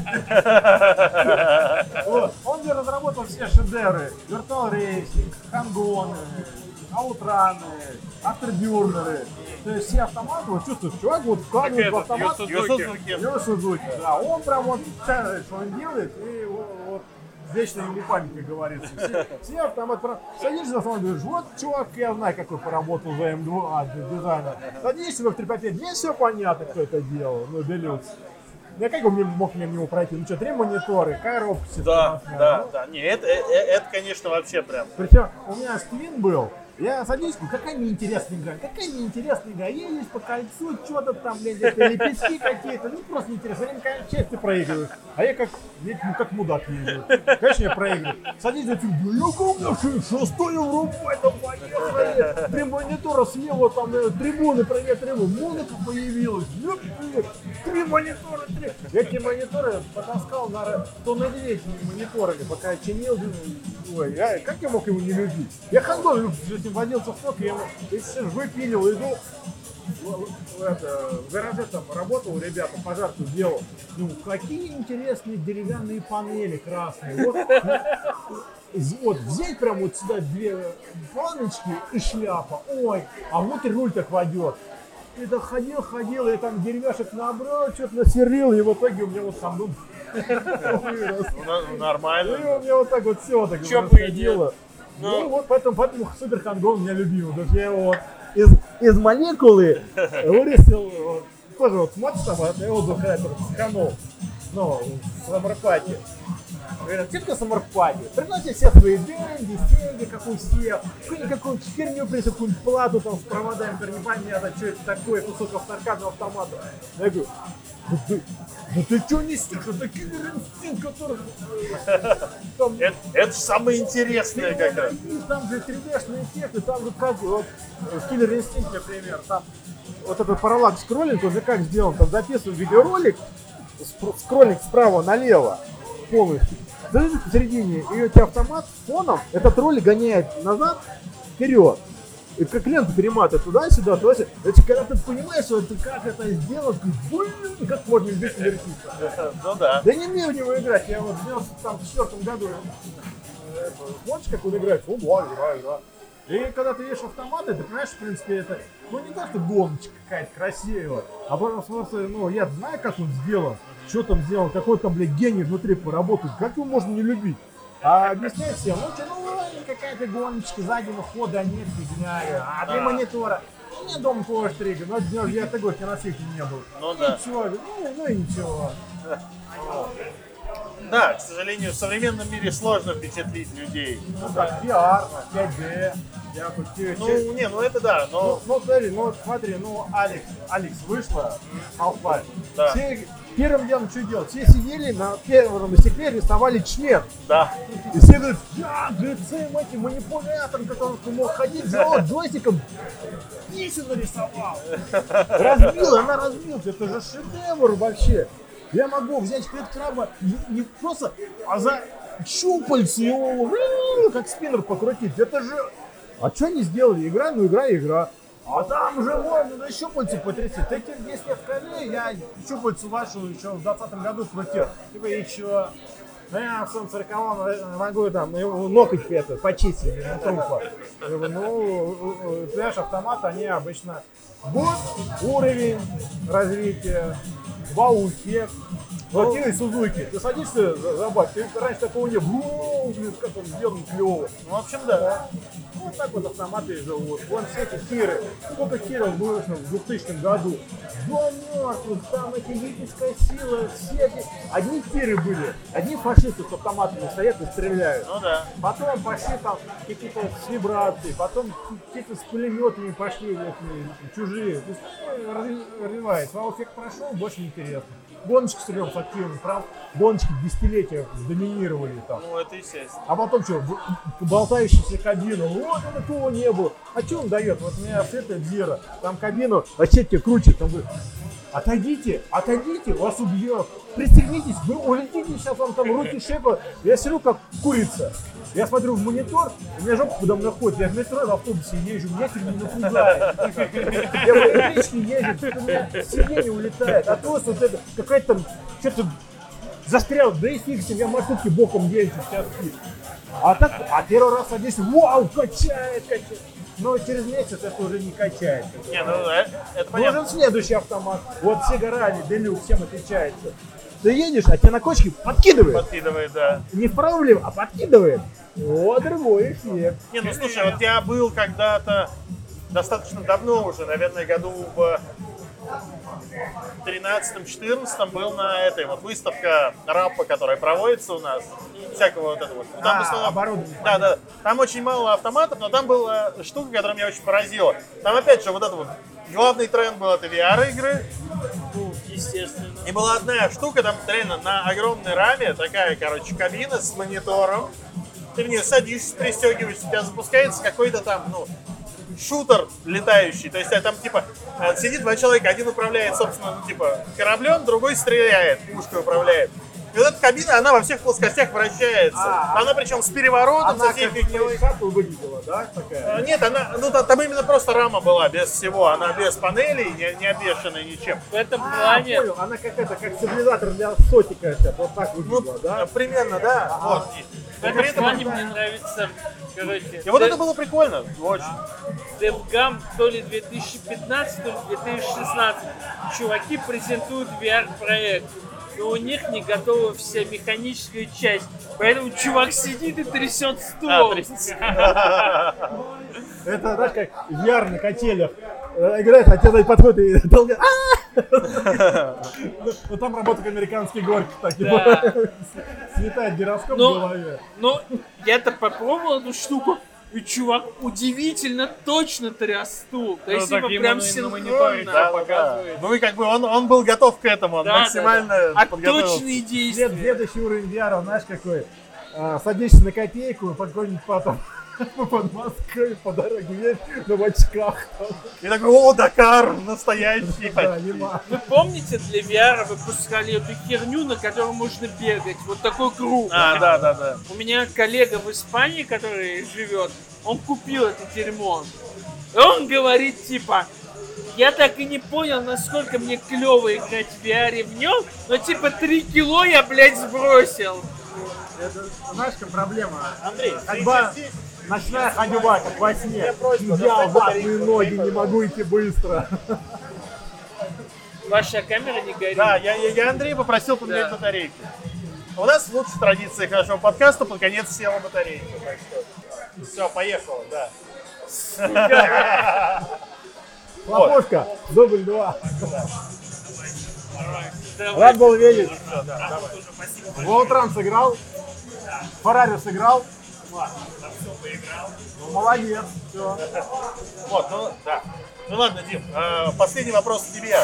Вот. Он мне разработал все шедевры. Virtual Racing, Хангоны, Аутраны, Afterburner. То есть все автоматы, вот чувствуешь, чувак вот вкладывает в автомат. Юсузуки. Ё Сузуки, да, он прям вот знает, что он делает, и вот, вот вечно ему память, как говорится. Все, все автоматы, прям, садишься на автомат, говоришь, вот чувак, я знаю, как он поработал за эм два, а, дизайнер. Садишься в эф три пять пять, мне все понятно, кто это делал, ну, Делюкс. Я как бы мне мог мне него пройти? Ну что, три мониторы, коробки. Да, система, да, ну, да. Не, это, э- э- это, конечно, вообще прям. Причем у меня сквин был, я садюсь, ну какая неинтересная игра, какая неинтересная игра, едешь по кольцу, что-то там, блядь, это лепестки какие-то, ну просто неинтересно, время кончается, ты проигрываешь, а я как, ну, как мудак езжу, конечно, я проигрываю, садись за тюрьму, я говорю, шестой Европа, это поехали, три монитора слева, там, э, трибуны, привет, трибуны, музыка появилась, ёп, блядь, три монитора, три, я эти мониторы потаскал на, то на две эти мониторы, пока я чинил, ой, я, как я мог его не любить, я хангол с этим водился в сок, я ему, если выпилил, иду, в, в, это, в гараже там работал, ребята, пожарку делал. Ну, какие интересные деревянные панели красные. Вот, вот взять прям вот сюда две планочки и шляпа. Ой, а внутрь руль так водет. И так ходил, ходил, я там деревяшек набрал, что-то насерил, и в итоге у меня вот сам дом вырос. Ну, И нормально. у меня вот так вот все так Чё бы и происходило. Ну вот поэтому, поэтому Супер Хангон у меня любимый. Потому что я его вот из, из молекулы вырастил. Вот, тоже вот смотришь там, а я вот характер психанул. Ну, в Самарпате. Говорят, типа Самарпате. Приносите все свои деньги, стенги, как у всех. Какую-нибудь херню принесут, какую-нибудь плату там с проводами, например, непонятно, что это такое, кусок автокадного автомата. Я говорю, да ты, да ты что несешь? Это Killer Instinct, который... Там, Это, это же самое интересное как раз. и там же три дэ-шные эффекты, там же как, вот, в Killer Instinct, например, там вот этот параллакс скроллинг, он же как сделан, там записываем видеоролик, спр- скроллинг справа налево полностью, зайдешь посередине, и у тебя автомат фоном этот ролик гоняет назад, вперед. и как ленту перематывает туда-сюда, туда-сюда. Это когда ты понимаешь, что это как это сделать, блин, как можно здесь вертиться. Ну да. Да не умею в него играть, я вот в девяносто четвёртом году, э, смотришь, как он играет, ну да, игра, игра. И когда ты едешь в автоматы, ты понимаешь, в принципе, это, ну не то, что гоночка какая-то красивая, а просто, в смысле, ну я знаю, как он сделан, что там сделан, какой там, блядь, гений внутри поработает, как его можно не любить. А объяснять всем, ну что, ну какая-то гоночка, заднего хода нет, фигня, а для монитора. У меня дома тоже триггер, но днём я такой киносвете не был. Ну да. Ничего, ну, ну и ничего. Да, к сожалению, в современном мире сложно впечатлить людей. Ну так, ви ар, пять дэ. Я тут че- Ну, че- не, ну это да, Ну, но... ну, смотри, ну вот смотри, ну Алекс, Алекс вышла, Half-Life. Да. Все первым делом что делать? Все сидели на первом стекле, рисовали член. Да. И все говорят, я, говорит, своим этим манипулятором, которым ты мог ходить, взял джойстиком, писю нарисовал. Разбил, она разбилась. Это же шедевр вообще. Я могу взять клетку краба не, не просто, а за щупальцы его, как спиннер покрутить. Это же... А что они сделали? Игра, ну игра, игра. А там уже можно на щупальцы потрясти. Ты тебе десять лет скажи, я щупальцу вашу еще в двадцатом году крутил. Типа еще... Ну, я в своем сороковом могу там ноготь это, почистить, ну, трупа. Ну, знаешь, автоматы, они обычно год, уровень развития, вау-эффект. Вот и Сузуки. Ты садишься за, за бак, ты раньше такого не было, блин, как он сделан клево. Ну, в общем, да. Вот так вот автоматы и живут. Вон все эти тиры. Сколько тиров было в двухтысячном году? Два мертвых, там эти египетская сила, все эти... Одни тиры были, одни фашисты с автоматами стоят и стреляют. Ну да. Потом пошли там какие-то с вибрацией, потом какие-то с пулеметами пошли вот, чужие. То есть, ну, разви- развивается. Вау-эффект прошел, больше не интересно. Гоночки стрелял с активным прав. Гоночки десятилетия доминировали там. Ну, это естественно. А потом что, болтающаяся кабина, вот это такого не было. А что он дает? Вот у меня это Зира, там кабину, а сетки крутит, он говорит, отойдите, отойдите, вас убьет. Пристегнитесь, вы улетите, сейчас вам там руки шепа. Я сижу как курица. Я смотрю в монитор, у меня жопа подо мной ходит. Я в метро, в автобусе езжу, меня это не напугает. Я в электричке езжу, у меня сиденье улетает. А то вот это какая-то там, что-то застрял, да и фиг себе, я маршрутки боком едет, сейчас спит. А так, а первый раз садись, вау, качает, качает. Но через месяц это уже не качает. Не, ну э, это понятно. Нужен следующий автомат. Вот Сигарали, Делюк, всем отличается. Ты едешь, а тебя на кочке подкидывает. Подкидывает, да. Не вправо влево, а подкидывает. Вот другой эффект. Не, ну слушай, вот я был когда-то достаточно давно уже, наверное, году в тринадцатом-четырнадцатом был на этой вот выставка РАПа, которая проводится у нас, всякого вот этого. Там А, в основном- оборудование. Да, да. Там очень мало автоматов, но там была штука, которая меня очень поразила. Там опять же вот это вот главный тренд был это ви ар-игры. Ну, естественно. И была одна штука, там реально на огромной раме, такая, короче, кабина с монитором. Ты в нее садишься, пристегиваешься, у тебя запускается какой-то там, ну, шутер летающий. То есть а там типа э, сидит два человека, один управляет, собственно, ну, типа кораблем, другой стреляет, пушкой управляет. И вот эта кабина, она во всех плоскостях вращается. А, она причем с переворотом, Она со всей как фигней. шаттл выглядела, да, такая? Э, Нет, она, ну там, там именно просто рама была, без всего. Она без панелей, не, не обвешанная ничем. В этом А, плане... понял, она как это, как стабилизатор для сотика, это, вот так Ну, выглядела, да? э, примерно, да. Вот. И, В этом при этом- плане мне нравится, короче... и вот Дэв- это было прикольно, очень. DevGam то ли две тысячи пятнадцатый, то ли две тысячи шестнадцатый. Чуваки презентуют ви ар-проект, но у них не готова вся механическая часть. Поэтому чувак сидит и трясет стул. А, трясет. Это, знаешь, как ви ар на качелях. Э, Играет, а тебе подходит и долго... Ну там работают американские горки, так Да. слетает гироскоп в Но, голове. но я-то попробовал эту штуку, и чувак удивительно точно тряс стул. То есть, так типа, ему прям на- на синхронно. мониторе, Да, да, да. показывает. Ну и как бы он, он был готов к этому, он Да, максимально да, да. А подготовился. точные След- действия. Следующий уровень ви ар, знаешь, какой? А, садишься на копейку, по какой-нибудь потом под Москвой, по дороге едешь, на в очках. И такой, о, Дакар, настоящий. Да, нема. Вы помните, для ви ар выпускали эту херню, на которой можно бегать? Вот такой круг. А, да, да, да. У меня коллега в Испании, который живет, он купил это дерьмо. И он говорит, типа, я так и не понял, насколько мне клево играть в ви ар в нем, но типа три кило я, блядь, сбросил. Это, знаешь, как проблема? Андрей, Как ты бы здесь- ночная ходьба, как во сне. просьба, Я достань ватные батарейку, ноги, твои не могу идти быстро. Ваша камера не горит. Да, я, я, я Андрей попросил поменять Да. батарейки. У нас лучшая традиция нашего подкаста, под конец села батарейка. Так что все, поехало, да. Хлопушка, дубль два. Давай. Рад был видеть. Волтран сыграл, Феррари сыграл. Ну, молодец, все. Вот, ну да. Ну ладно, Дим, э, последний вопрос к тебе.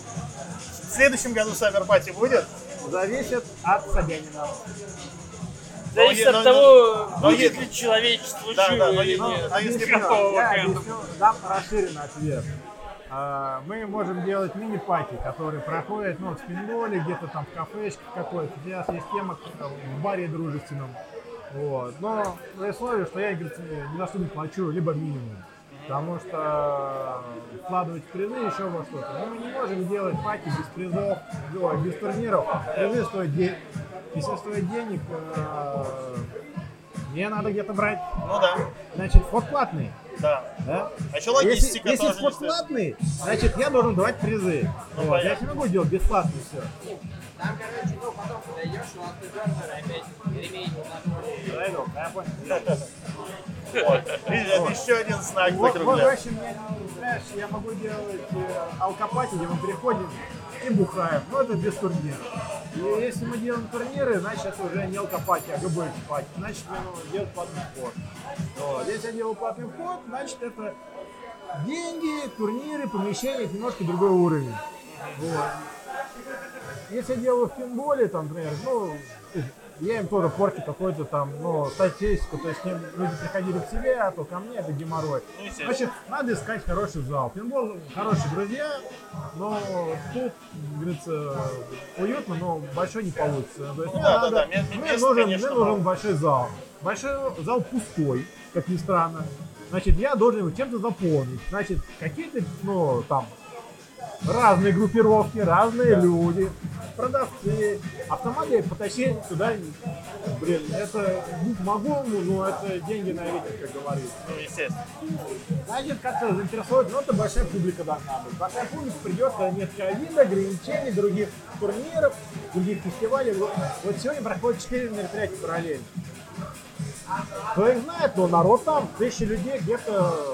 В следующем году Summer Party будет? Зависит от Собянина. Зависит Но от е- того, но будет е- ли человечество Да, да, живо но или е- ну, нет. а если Объясню, я объясню, дам расширенный ответ. А, Мы можем делать мини-пати, которые проходят ну, в спинболе, где-то там в кафешке какой-то. Сейчас есть тема там, в баре дружественном. Вот. Но при условии, что я говорит, ни за что не плачу, либо минимум. Потому что вкладывать в призы еще во что-то. Но мы не можем делать пати без призов, ой, без турниров. Призы стоят денег. Если стоит денег, э, мне надо где-то брать. Ну да, Значит, вход платный. да. Да? А еще Если, логистика если тоже не вход стоит. платный, значит я должен давать призы. Ну, Вот. Я понятно. не могу делать бесплатно все. Там, короче, ну, потом подойдешь, у нас ты опять ремень на Вот. Видишь, это еще один знак Вот, вот, в закругляя. общем, я, знаешь, я могу делать э, алкопати, где мы приходим и бухаем. Но это без турнира. И если мы делаем турниры, значит это уже не алкопати, а ГБ пати. Значит, мне нужно делать платный вход. Вот. Если я делаю платный вход, значит это деньги, турниры, помещения, это немножко другой уровень. Вот. Если я делаю в пинболе, там, например, ну, я им тоже порчу какую-то там, ну, статистику, то есть к ним люди приходили к себе, а то ко мне это геморрой. Ну, естественно. Значит, надо искать хороший зал. Пинбол хорошие друзья, но тут, говорится, уютно, но большой не получится. То есть мне, да, да, надо, да, ме- мне места, нужен, конечно, мне нужен мало. большой зал. Большой зал пустой, как ни странно. Значит, я должен его чем-то заполнить. Значит, какие-то, ну, там, разные группировки, разные люди, продавцы. Автоматы я потащить туда, блин, это могу, но это деньги на ветер, как говорится. Ну, естественно. Значит, как-то заинтересовать, но это большая публика должна быть. Большая публика придет, когда нет ковида, ограничений, других турниров, других фестивалей. Вот, вот сегодня проходит четыре мероприятия параллельно. Кто их знает, но народ там, тысячи людей где-то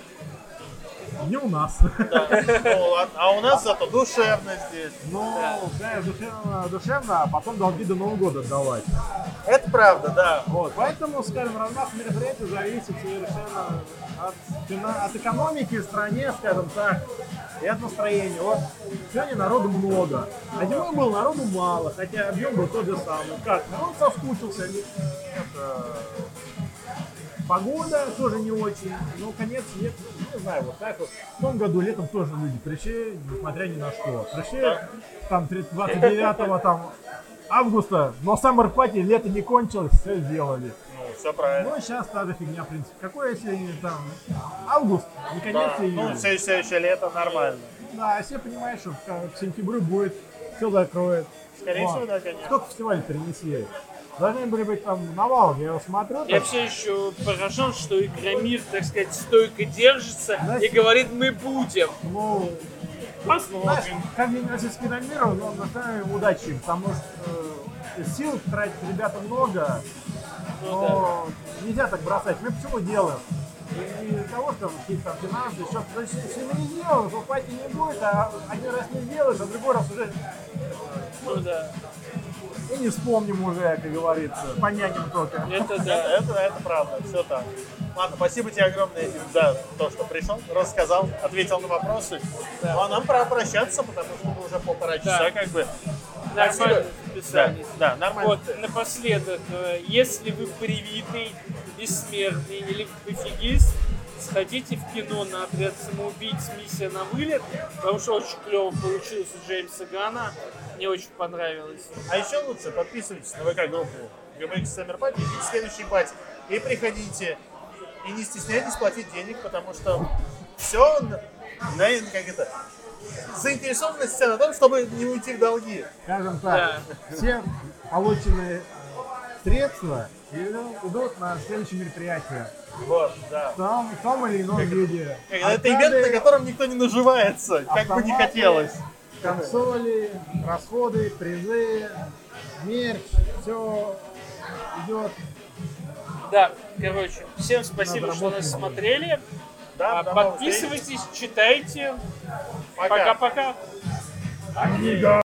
не у нас. Да. Ну, ладно. А у нас зато душевно здесь. Ну, да, душевно, душевно, а потом долги до Нового года отдавать. Это правда, да. Вот, поэтому, скажем, размах мероприятий зависит совершенно от, фина- от экономики в стране, скажем так, и от настроения. Вот сегодня народу много, а зимой было народу мало, хотя объем был тот же самый. Как? Народ соскучился. Нет, это... Погода тоже не очень, но конец лет, не знаю, вот так вот. В том году летом тоже люди пришли, несмотря ни на что. Пришли там двадцать девятого там, августа, но Summer Party лето не кончилось, все сделали. Ну, все правильно. Ну, сейчас та же фигня, в принципе. Какой, если там август, не конец Да. июля. Ну, все- следующее лето нормально. Да, все понимают, что к, к сентябрю будет, все закроет. Скорее Вот. всего, да, конечно. Сколько фестивалей перенесли? Должны были быть там навал, я его смотрю. Я так, все еще поражен, что Игромир, так сказать, стойко держится и Знаете- говорит, мы будем. ну, знаешь, как мне нравится Скиномиров, но на самом деле удачи, потому что э, сил тратить ребята много, но нельзя так бросать. Мы почему делаем? И не из-за того, что какие-то там финансы, еще, то есть, если мы не сделаем, то пати не будет, а один раз не сделаешь, а другой раз уже Ну да, и не вспомним уже, как говорится, помянем только. это Это, да. это, это правда, все так. Ладно, спасибо тебе огромное за то, что пришел, рассказал, ответил на вопросы. Ну, а нам пора прощаться, потому что мы уже полтора часа Да. как бы. Нормально Да, записались. да, нормально. Вот, напоследок, э, если вы привитый, бессмертный или пофигист, сходите в кино на «Отряд самоубийц. Миссия на вылет», потому что очень клево получилось у Джеймса Ганна. Мне очень понравилось. А еще лучше подписывайтесь на ВК-группу джи би икс Summer Party, ждите следующий пати. И приходите. И не стесняйтесь платить денег, потому что все, наверное, как это, заинтересованность вся на том, чтобы не уйти в долги. Скажем так, все полученные средства идут на следующее мероприятие. Вот, да. Там, в том или ином виде. Это ивент, на котором никто не наживается, как бы не хотелось. Консоли, расходы, призы, мерч, все идет. Да, короче, всем спасибо, что нас смотрели. Да, А, до новых Подписывайтесь, читайте. Пока. Пока-пока. Амиго!